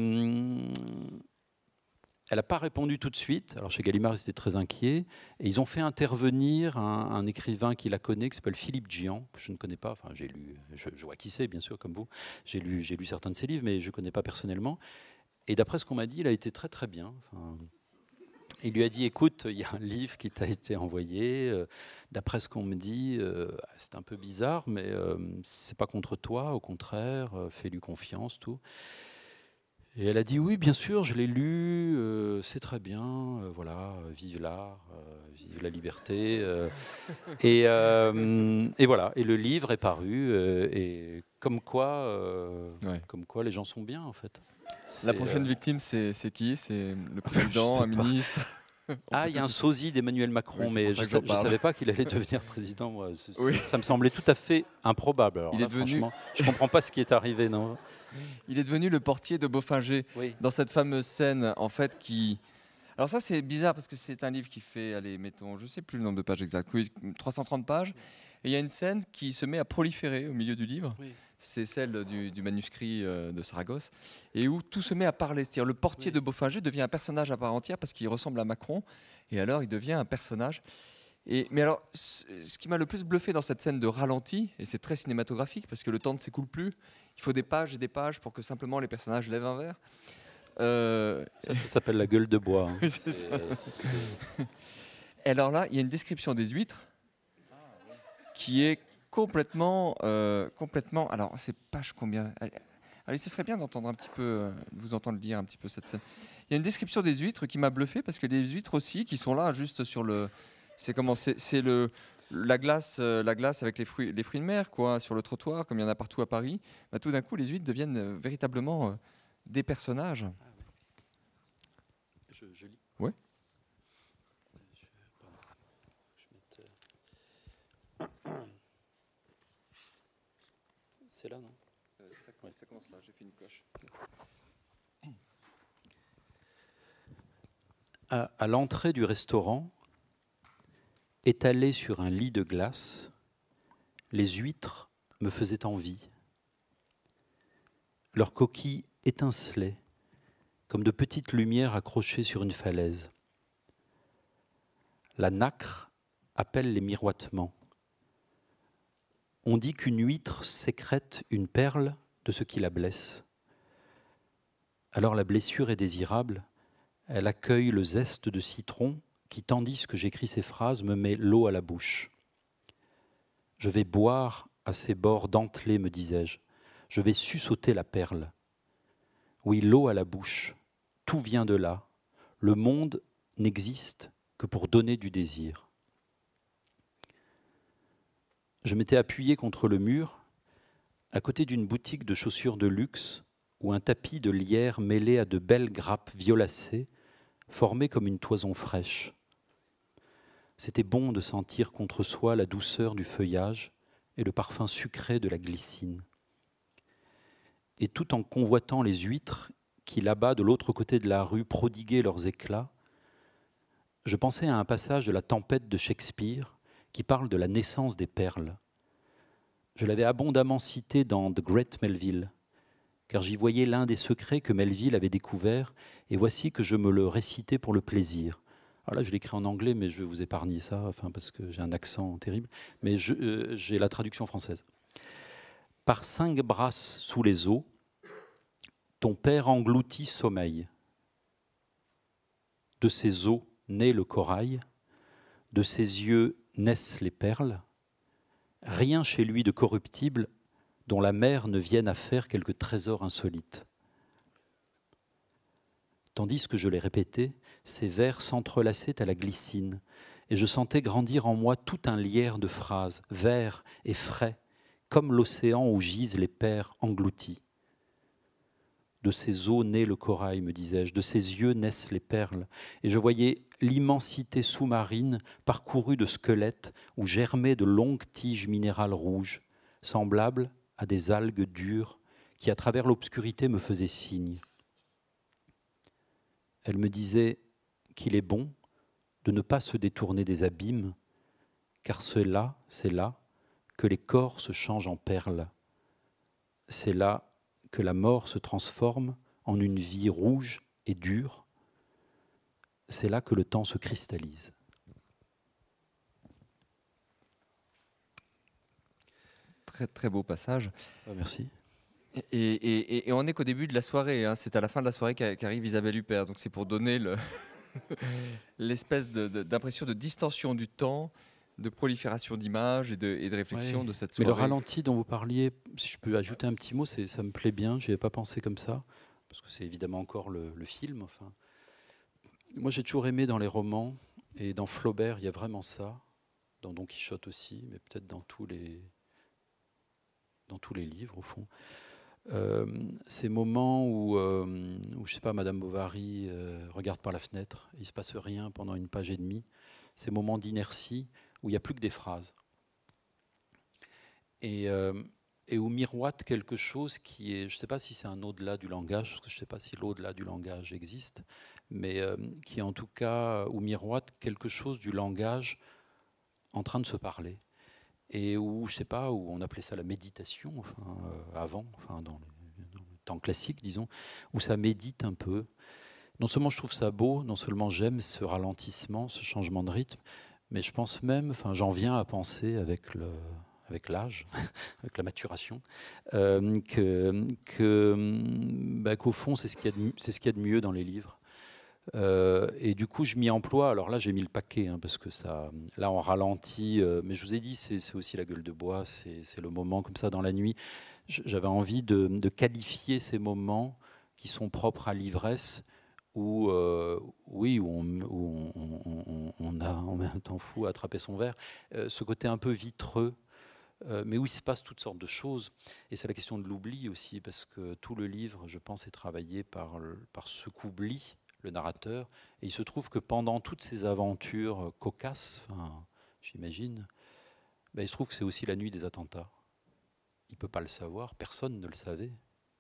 elle n'a pas répondu tout de suite. Alors chez Gallimard, ils étaient très inquiets. Et ils ont fait intervenir un écrivain qui la connaît, qui s'appelle Philippe Gian, que je ne connais pas. J'ai lu, je vois qui c'est, bien sûr, comme vous. J'ai lu certains de ses livres, mais je ne connais pas personnellement. Et d'après ce qu'on m'a dit, il a été très très bien. Il lui a dit, écoute, il y a un livre qui t'a été envoyé. D'après ce qu'on me dit, c'est un peu bizarre, mais c'est pas contre toi, au contraire, fais-lui confiance, tout. Et elle a dit, oui, bien sûr, je l'ai lu, c'est très bien, voilà, vive l'art, vive la liberté. Et voilà, et le livre est paru, et comme quoi les gens sont bien, en fait. La prochaine victime, c'est qui? C'est le président, un ministre? Il y a un sosie d'Emmanuel Macron, oui, mais je ne savais pas qu'il allait devenir président. Moi. Oui. Ça me semblait tout à fait improbable. Alors franchement, je ne comprends pas ce qui est arrivé. Non. Il est devenu le portier de Bofinger, oui, dans cette fameuse scène, en fait, Alors ça, c'est bizarre parce que c'est un livre qui fait, allez, mettons, je ne sais plus le nombre de pages exactes, oui, 330 pages. Et il y a une scène qui se met à proliférer au milieu du livre. Oui. C'est celle du manuscrit de Saragosse, et où tout se met à parler. C'est-à-dire le portier de Boffinger devient un personnage à part entière parce qu'il ressemble à Macron, et alors il devient un personnage. Mais alors, ce qui m'a le plus bluffé dans cette scène de ralenti, et c'est très cinématographique parce que le temps ne s'écoule plus, il faut des pages et des pages pour que simplement les personnages lèvent un verre. Ça s'appelle la gueule de bois. Hein. C'est ça. Et alors là, il y a une description des huîtres qui est complètement. Alors, c'est page combien? Allez, ce serait bien d'entendre un petit peu, de vous entendre lire un petit peu cette scène. Il y a une description des huîtres qui m'a bluffé parce que les huîtres aussi, qui sont là juste sur le. C'est comment? C'est la glace avec les fruits de mer, quoi, sur le trottoir, comme il y en a partout à Paris. Bah, tout d'un coup, les huîtres deviennent véritablement des personnages. Je lis. Ouais. C'est là, non? Ça commence là, j'ai fait une coche. À l'entrée du restaurant, étalées sur un lit de glace, les huîtres me faisaient envie. Leurs coquilles étincelaient comme de petites lumières accrochées sur une falaise. La nacre appelle les miroitements. On dit qu'une huître sécrète une perle de ce qui la blesse. Alors la blessure est désirable, elle accueille le zeste de citron qui, tandis que j'écris ces phrases, me met l'eau à la bouche. Je vais boire à ces bords dentelés, me disais-je. Je vais sussauter la perle. Oui, l'eau à la bouche, tout vient de là. Le monde n'existe que pour donner du désir. Je m'étais appuyé contre le mur, à côté d'une boutique de chaussures de luxe, où un tapis de lierre mêlé à de belles grappes violacées formait comme une toison fraîche. C'était bon de sentir contre soi la douceur du feuillage et le parfum sucré de la glycine. Et tout en convoitant les huîtres qui, là-bas, de l'autre côté de la rue, prodiguaient leurs éclats, je pensais à un passage de La Tempête de Shakespeare qui parle de la naissance des perles. Je l'avais abondamment cité dans The Great Melville, car j'y voyais l'un des secrets que Melville avait découvert, et voici que je me le récitais pour le plaisir. Alors là, je l'écris en anglais, mais je vais vous épargner ça, parce que j'ai un accent terrible, mais j'ai la traduction française. Par 5 brasses sous les eaux, ton père engloutit sommeil. De ses eaux naît le corail, de ses yeux naissent les perles. Rien chez lui de corruptible dont la mer ne vienne à faire quelque trésor insolite. Tandis que je les répétais, ces vers s'entrelaçaient à la glycine, et je sentais grandir en moi tout un lierre de phrases, verts et frais, comme l'océan où gisent les pères engloutis. De ses eaux naît le corail, me disais-je, de ses yeux naissent les perles, et je voyais l'immensité sous-marine parcourue de squelettes où germaient de longues tiges minérales rouges, semblables à des algues dures qui, à travers l'obscurité, me faisaient signe. Elle me disait qu'il est bon de ne pas se détourner des abîmes, car c'est là que les corps se changent en perles. C'est là que la mort se transforme en une vie rouge et dure. C'est là que le temps se cristallise. Très très beau passage. Merci. Et on n'est qu'au début de la soirée, hein. C'est à la fin de la soirée qu'arrive Isabelle Huppert, donc c'est pour donner l'espèce d'impression de distension du temps, de prolifération d'images et de réflexion de cette soirée. Mais le ralenti dont vous parliez, si je peux ajouter un petit mot, ça me plaît bien, je n'y avais pas pensé comme ça, parce que c'est évidemment encore le film. Enfin. Moi j'ai toujours aimé dans les romans, et dans Flaubert il y a vraiment ça, dans Don Quichotte aussi, mais peut-être dans tous les livres au fond. Ces moments où je sais pas, Madame Bovary regarde par la fenêtre, il ne se passe rien pendant une page et demie, ces moments d'inertie où il n'y a plus que des phrases. Et où miroite quelque chose qui est, je ne sais pas si c'est un au-delà du langage, parce que je ne sais pas si l'au-delà du langage existe, mais qui en tout cas, ou miroite quelque chose du langage en train de se parler. Et où, je sais pas, où on appelait ça la méditation, enfin, avant, enfin, dans le temps classique, disons, où ça médite un peu. Non seulement je trouve ça beau, non seulement j'aime ce ralentissement, ce changement de rythme, mais je pense même, enfin, j'en viens à penser avec l'âge, avec la maturation, qu'au fond, c'est ce qu'il y a de mieux dans les livres. Et du coup, je m'y emploie. Alors là, j'ai mis le paquet, hein, parce que ça, là, on ralentit. Mais je vous ai dit, c'est aussi la gueule de bois. C'est le moment comme ça dans la nuit. J'avais envie de qualifier ces moments qui sont propres à l'ivresse, où, oui, on met un temps fou à attraper son verre. Ce côté un peu vitreux. Mais où il se passe toutes sortes de choses. Et c'est la question de l'oubli aussi, parce que tout le livre, je pense, est travaillé par ce qu'oublie le narrateur. Et il se trouve que pendant toutes ces aventures cocasses, enfin, j'imagine, ben, il se trouve que c'est aussi la nuit des attentats. Il ne peut pas le savoir, personne ne le savait.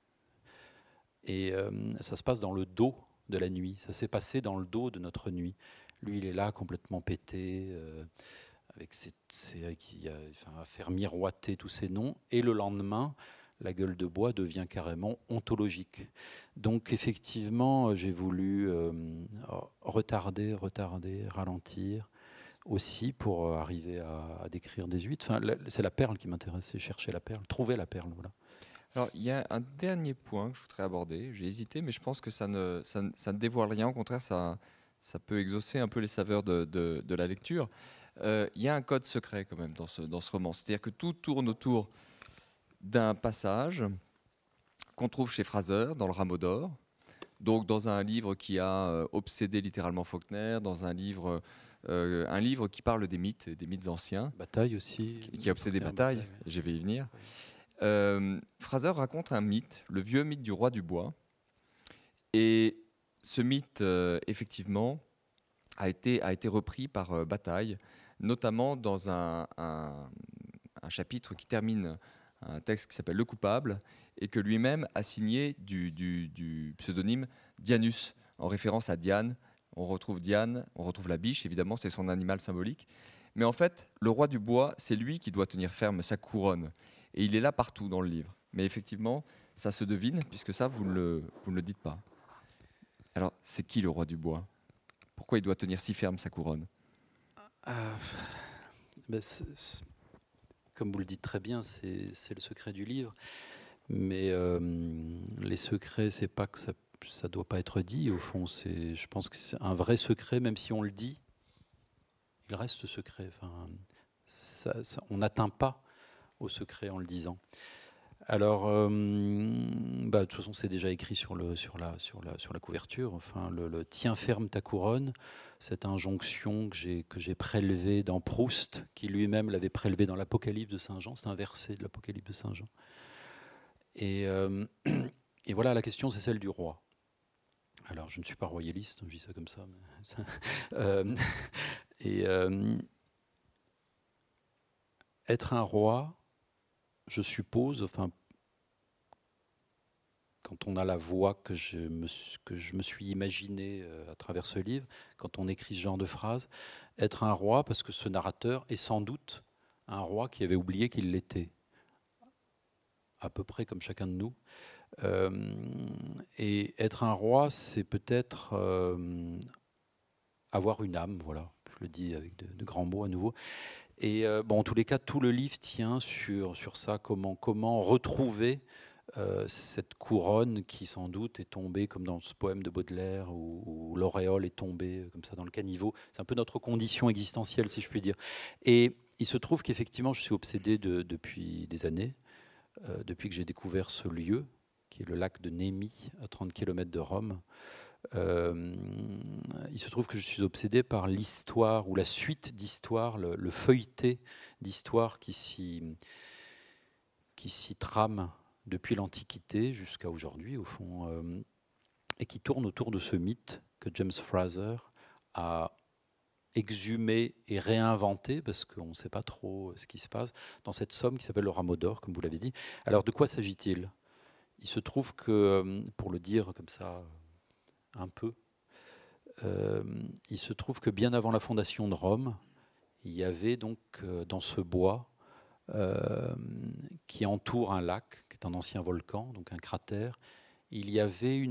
Et ça se passe dans le dos de la nuit, ça s'est passé dans le dos de notre nuit. Lui, il est là, complètement pété, avec à faire miroiter tous ces noms. Et le lendemain, la gueule de bois devient carrément ontologique. Donc effectivement, j'ai voulu retarder, ralentir, aussi pour arriver à décrire des huîtres. Enfin, c'est la perle qui m'intéressait, chercher la perle, trouver la perle, voilà. Alors, il y a un dernier point que je voudrais aborder. J'ai hésité, mais je pense que ça ne dévoile rien. Au contraire, ça peut exaucer un peu les saveurs de la lecture. Il y a un code secret quand même dans ce roman. C'est-à-dire que tout tourne autour d'un passage qu'on trouve chez Fraser, dans Le Rameau d'Or. Donc, dans un livre qui a obsédé littéralement Faulkner, dans un livre qui parle des mythes anciens. Bataille aussi. Qui a obsédé Bataille, ouais. Je vais y venir. Oui. Fraser raconte un mythe, le vieux mythe du roi du bois. Et ce mythe, effectivement, a été repris par Bataille, notamment dans un chapitre qui termine un texte qui s'appelle Le Coupable, et que lui-même a signé du pseudonyme Dianus, en référence à Diane. On retrouve Diane, on retrouve la biche, évidemment, c'est son animal symbolique. Mais en fait, le roi du bois, c'est lui qui doit tenir ferme sa couronne. Et il est là partout dans le livre. Mais effectivement, ça se devine, puisque ça, vous ne le dites pas. Alors, c'est qui le roi du bois? Pourquoi il doit tenir si ferme sa couronne? Ben comme vous le dites très bien, c'est le secret du livre. Mais les secrets, c'est pas que ça doit pas être dit, au fond. Je pense que c'est un vrai secret, même si on le dit, il reste secret. Enfin, on n'atteint pas au secret en le disant. Alors, de toute façon, c'est déjà écrit sur la couverture. Enfin, le tiens ferme ta couronne, cette injonction que j'ai prélevée dans Proust, qui lui-même l'avait prélevée dans l'Apocalypse de Saint Jean. C'est un verset de l'Apocalypse de Saint Jean. Et voilà, la question, c'est celle du roi. Alors, je ne suis pas royaliste, je dis ça comme ça. Mais être un roi, je suppose, enfin, quand on a la voix que je me suis imaginée à travers ce livre, quand on écrit ce genre de phrase, être un roi, parce que ce narrateur est sans doute un roi qui avait oublié qu'il l'était, à peu près comme chacun de nous. Et être un roi, c'est peut-être avoir une âme, voilà, je le dis avec de grands mots à nouveau. Et en tous les cas, tout le livre tient sur ça, comment retrouver cette couronne qui sans doute est tombée comme dans ce poème de Baudelaire où l'auréole est tombée comme ça dans le caniveau. C'est un peu notre condition existentielle, si je puis dire. Et il se trouve qu'effectivement, je suis obsédé depuis des années, depuis que j'ai découvert ce lieu, qui est le lac de Némi, à 30 km de Rome. Il se trouve que je suis obsédé par l'histoire ou la suite d'histoires, le feuilleté d'histoires qui s'y trame depuis l'Antiquité jusqu'à aujourd'hui, au fond, et qui tourne autour de ce mythe que James Fraser a exhumé et réinventé, parce qu'on ne sait pas trop ce qui se passe, dans cette somme qui s'appelle le Rameau d'Or, comme vous l'avez dit. Alors, de quoi s'agit-il? Il se trouve que, pour le dire comme ça, un peu, il se trouve que bien avant la fondation de Rome, il y avait donc dans ce bois qui entoure un lac, qui est un ancien volcan, donc un cratère, il y avait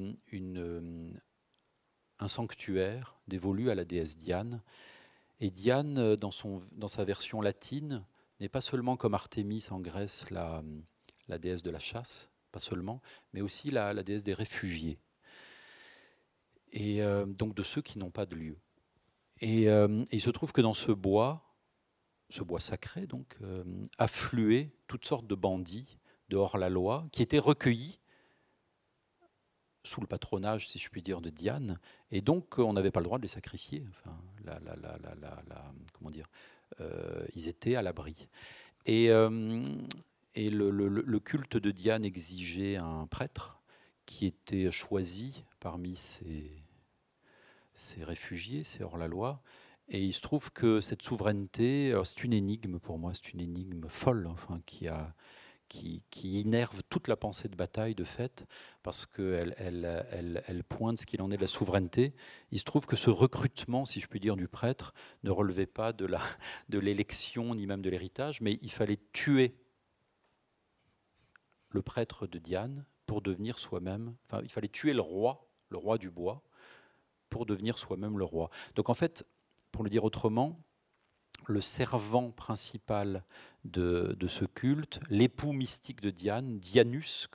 un sanctuaire dévolu à la déesse Diane. Et Diane, dans sa version latine, n'est pas seulement comme Artémis en Grèce, la déesse de la chasse, pas seulement, mais aussi la déesse des réfugiés. Et donc de ceux qui n'ont pas de lieu. Et il se trouve que dans ce bois sacré, donc, affluaient toutes sortes de bandits de hors-la-loi qui étaient recueillis sous le patronage, si je puis dire, de Diane, et donc on n'avait pas le droit de les sacrifier. Enfin, comment dire, ils étaient à l'abri. Et le culte de Diane exigeait un prêtre qui était choisi parmi ces réfugiés, ces hors-la-loi. Et il se trouve que cette souveraineté, c'est une énigme pour moi, c'est une énigme folle, enfin, qui innerve toute la pensée de bataille, de fait, parce qu'elle pointe ce qu'il en est de la souveraineté. Il se trouve que ce recrutement, si je puis dire, du prêtre ne relevait pas de l'élection ni même de l'héritage, mais il fallait tuer le prêtre de Diane pour devenir soi-même, enfin, il fallait tuer le roi du bois, pour devenir soi-même le roi. Donc en fait, pour le dire autrement, le servant principal de ce culte, l'époux mystique de Diane, Dianus,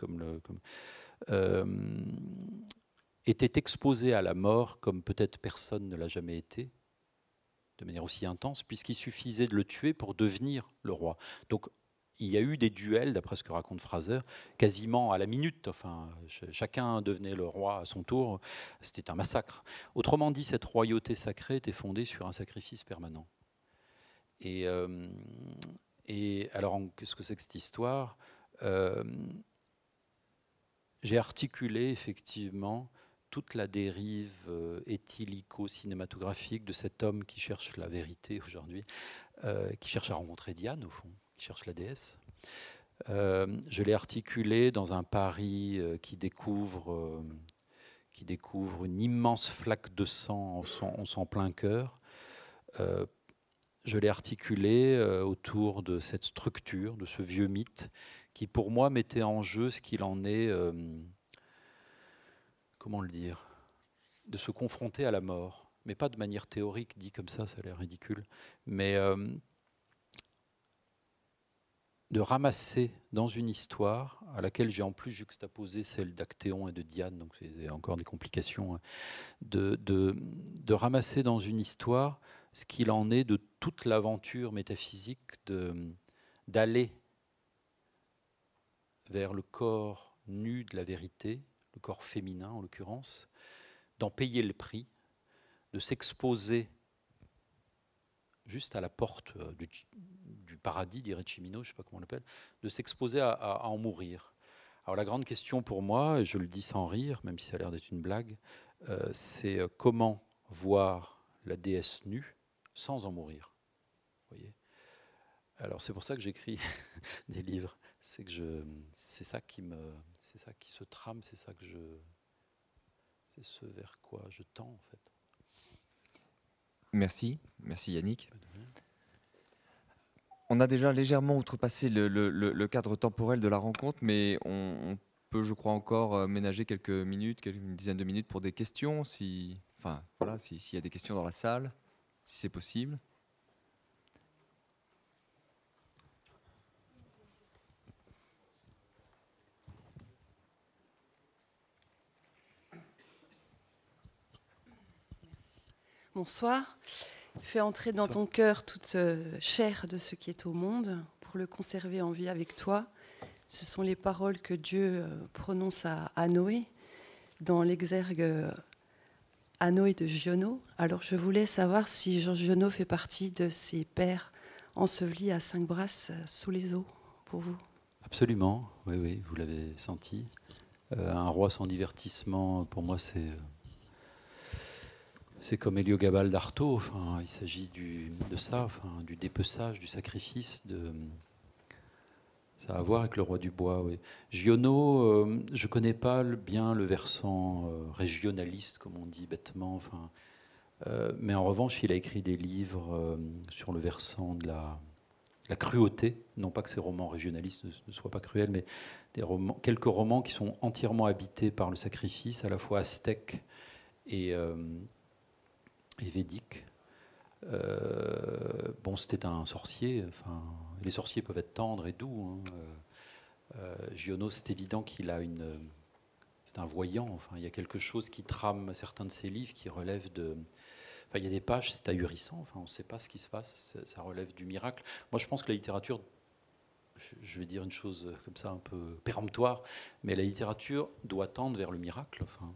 était exposé à la mort comme peut-être personne ne l'a jamais été, de manière aussi intense, puisqu'il suffisait de le tuer pour devenir le roi. Donc il y a eu des duels, d'après ce que raconte Fraser, quasiment à la minute. Enfin, chacun devenait le roi à son tour. C'était un massacre. Autrement dit, cette royauté sacrée était fondée sur un sacrifice permanent. Et alors, qu'est-ce que c'est que cette histoire ? J'ai articulé effectivement toute la dérive éthylico-cinématographique de cet homme qui cherche la vérité aujourd'hui, qui cherche à rencontrer Diane, au fond, qui cherche la déesse. Je l'ai articulé dans un Paris qui découvre une immense flaque de sang en son plein cœur. Je l'ai articulé autour de cette structure, de ce vieux mythe, qui pour moi mettait en jeu ce qu'il en est, comment le dire, de se confronter à la mort, mais pas de manière théorique, dit comme ça a l'air ridicule, mais de ramasser dans une histoire à laquelle j'ai en plus juxtaposé celle d'Actéon et de Diane, donc c'est encore des complications, de ramasser dans une histoire ce qu'il en est de toute l'aventure métaphysique d'aller vers le corps nu de la vérité, le corps féminin en l'occurrence, d'en payer le prix, de s'exposer juste à la porte du paradis, dirait Cimino, je ne sais pas comment on l'appelle, de s'exposer à en mourir. Alors la grande question pour moi, et je le dis sans rire, même si ça a l'air d'être une blague, c'est comment voir la déesse nue sans en mourir. Vous voyez ? Alors c'est pour ça que j'écris des livres. C'est ça qui se trame, c'est ce vers quoi je tends en fait. Merci Yannick. On a déjà légèrement outrepassé le cadre temporel de la rencontre, mais on peut, je crois, encore ménager quelques minutes, une dizaine de minutes pour des questions, s'il y a des questions dans la salle, si c'est possible. Bonsoir. Fais entrer dans ton cœur toute chair de ce qui est au monde pour le conserver en vie avec toi. Ce sont les paroles que Dieu prononce à Noé dans l'exergue à Noé de Giono. Alors je voulais savoir si Jean Giono fait partie de ces pères ensevelis à 5 brasses sous les eaux pour vous. Absolument, oui, vous l'avez senti. Un roi sans divertissement, pour moi, c'est comme Héliogabale d'Artaud. Enfin, il s'agit de ça, enfin, du dépeçage, du sacrifice, Ça a à voir avec le roi du bois, oui. Giono, je ne connais pas bien le versant régionaliste, comme on dit bêtement. Enfin, mais en revanche, il a écrit des livres sur le versant de la cruauté. Non pas que ces romans régionalistes ne soient pas cruels, mais quelques romans qui sont entièrement habités par le sacrifice, à la fois aztèque et védique. Bon, c'était un sorcier. Enfin, les sorciers peuvent être tendres et doux. Giono, c'est évident qu'il a c'est un voyant. Enfin, il y a quelque chose qui trame certains de ses livres qui relève de. Enfin, il y a des pages, c'est ahurissant. Enfin, on ne sait pas ce qui se passe. Ça relève du miracle. Moi, je pense que la littérature. Je vais dire une chose comme ça un peu péremptoire, mais la littérature doit tendre vers le miracle. Enfin,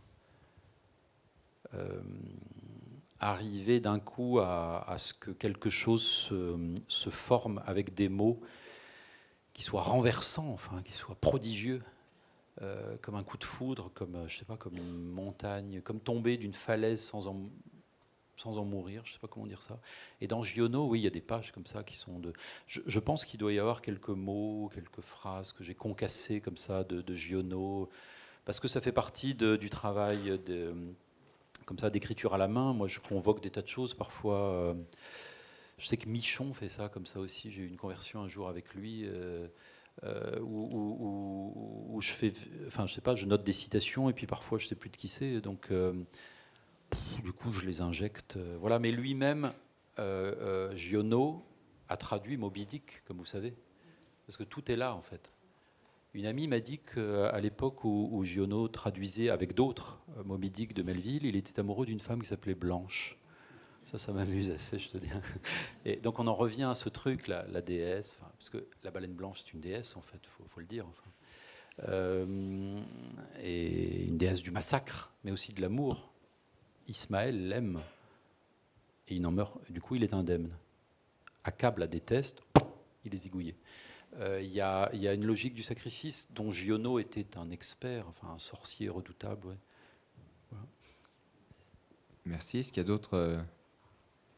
arriver d'un coup à ce que quelque chose se forme avec des mots qui soient renversants, enfin, qui soient prodigieux, comme un coup de foudre, comme, je sais pas, comme une montagne, comme tomber d'une falaise sans en mourir, je ne sais pas comment dire ça. Et dans Giono, oui, il y a des pages comme ça qui sont de... Je pense qu'il doit y avoir quelques mots, quelques phrases que j'ai concassées comme ça de Giono, parce que ça fait partie du travail comme ça d'écriture à la main. Moi, je convoque des tas de choses. Parfois, je sais que Michon fait ça comme ça aussi. J'ai eu une conversion un jour avec lui où je fais... Enfin, je sais pas, je note des citations et puis parfois, je ne sais plus de qui c'est. Donc... du coup, je les injecte. Voilà. Mais lui-même, Giono, a traduit Moby Dick, comme vous savez. Parce que tout est là, en fait. Une amie m'a dit qu'à l'époque où Giono traduisait avec d'autres Moby Dick de Melville, il était amoureux d'une femme qui s'appelait Blanche. Ça m'amuse assez, je te dis. Et donc, on en revient à ce truc, la déesse. Parce que la baleine blanche, c'est une déesse, en fait, il faut le dire. Enfin. Et une déesse du massacre, mais aussi de l'amour. Ismaël l'aime et il en meurt. Du coup, il est indemne. Akab la déteste, il est zigouillé. Il y a une logique du sacrifice dont Giono était un expert, enfin un sorcier redoutable. Ouais. Voilà. Merci. Est-ce qu'il y a d'autres questions ?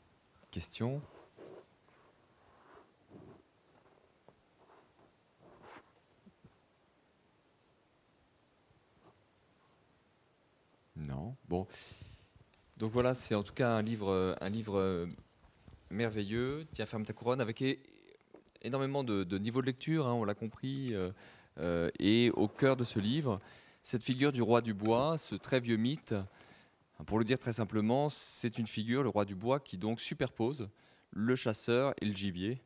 Non. Bon. Donc voilà, c'est en tout cas un livre merveilleux. Tiens, ferme ta couronne, avec énormément de niveau de lecture, hein, on l'a compris. Et au cœur de ce livre, cette figure du roi du bois, ce très vieux mythe, pour le dire très simplement, c'est une figure, le roi du bois, qui donc superpose le chasseur et le gibier,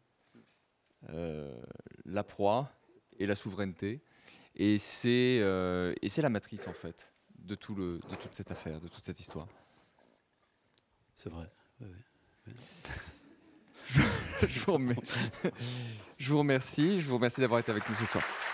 la proie et la souveraineté. Et c'est la matrice, en fait, de toute cette affaire, de toute cette histoire. C'est vrai. Oui, oui. Je vous remercie d'avoir été avec nous ce soir.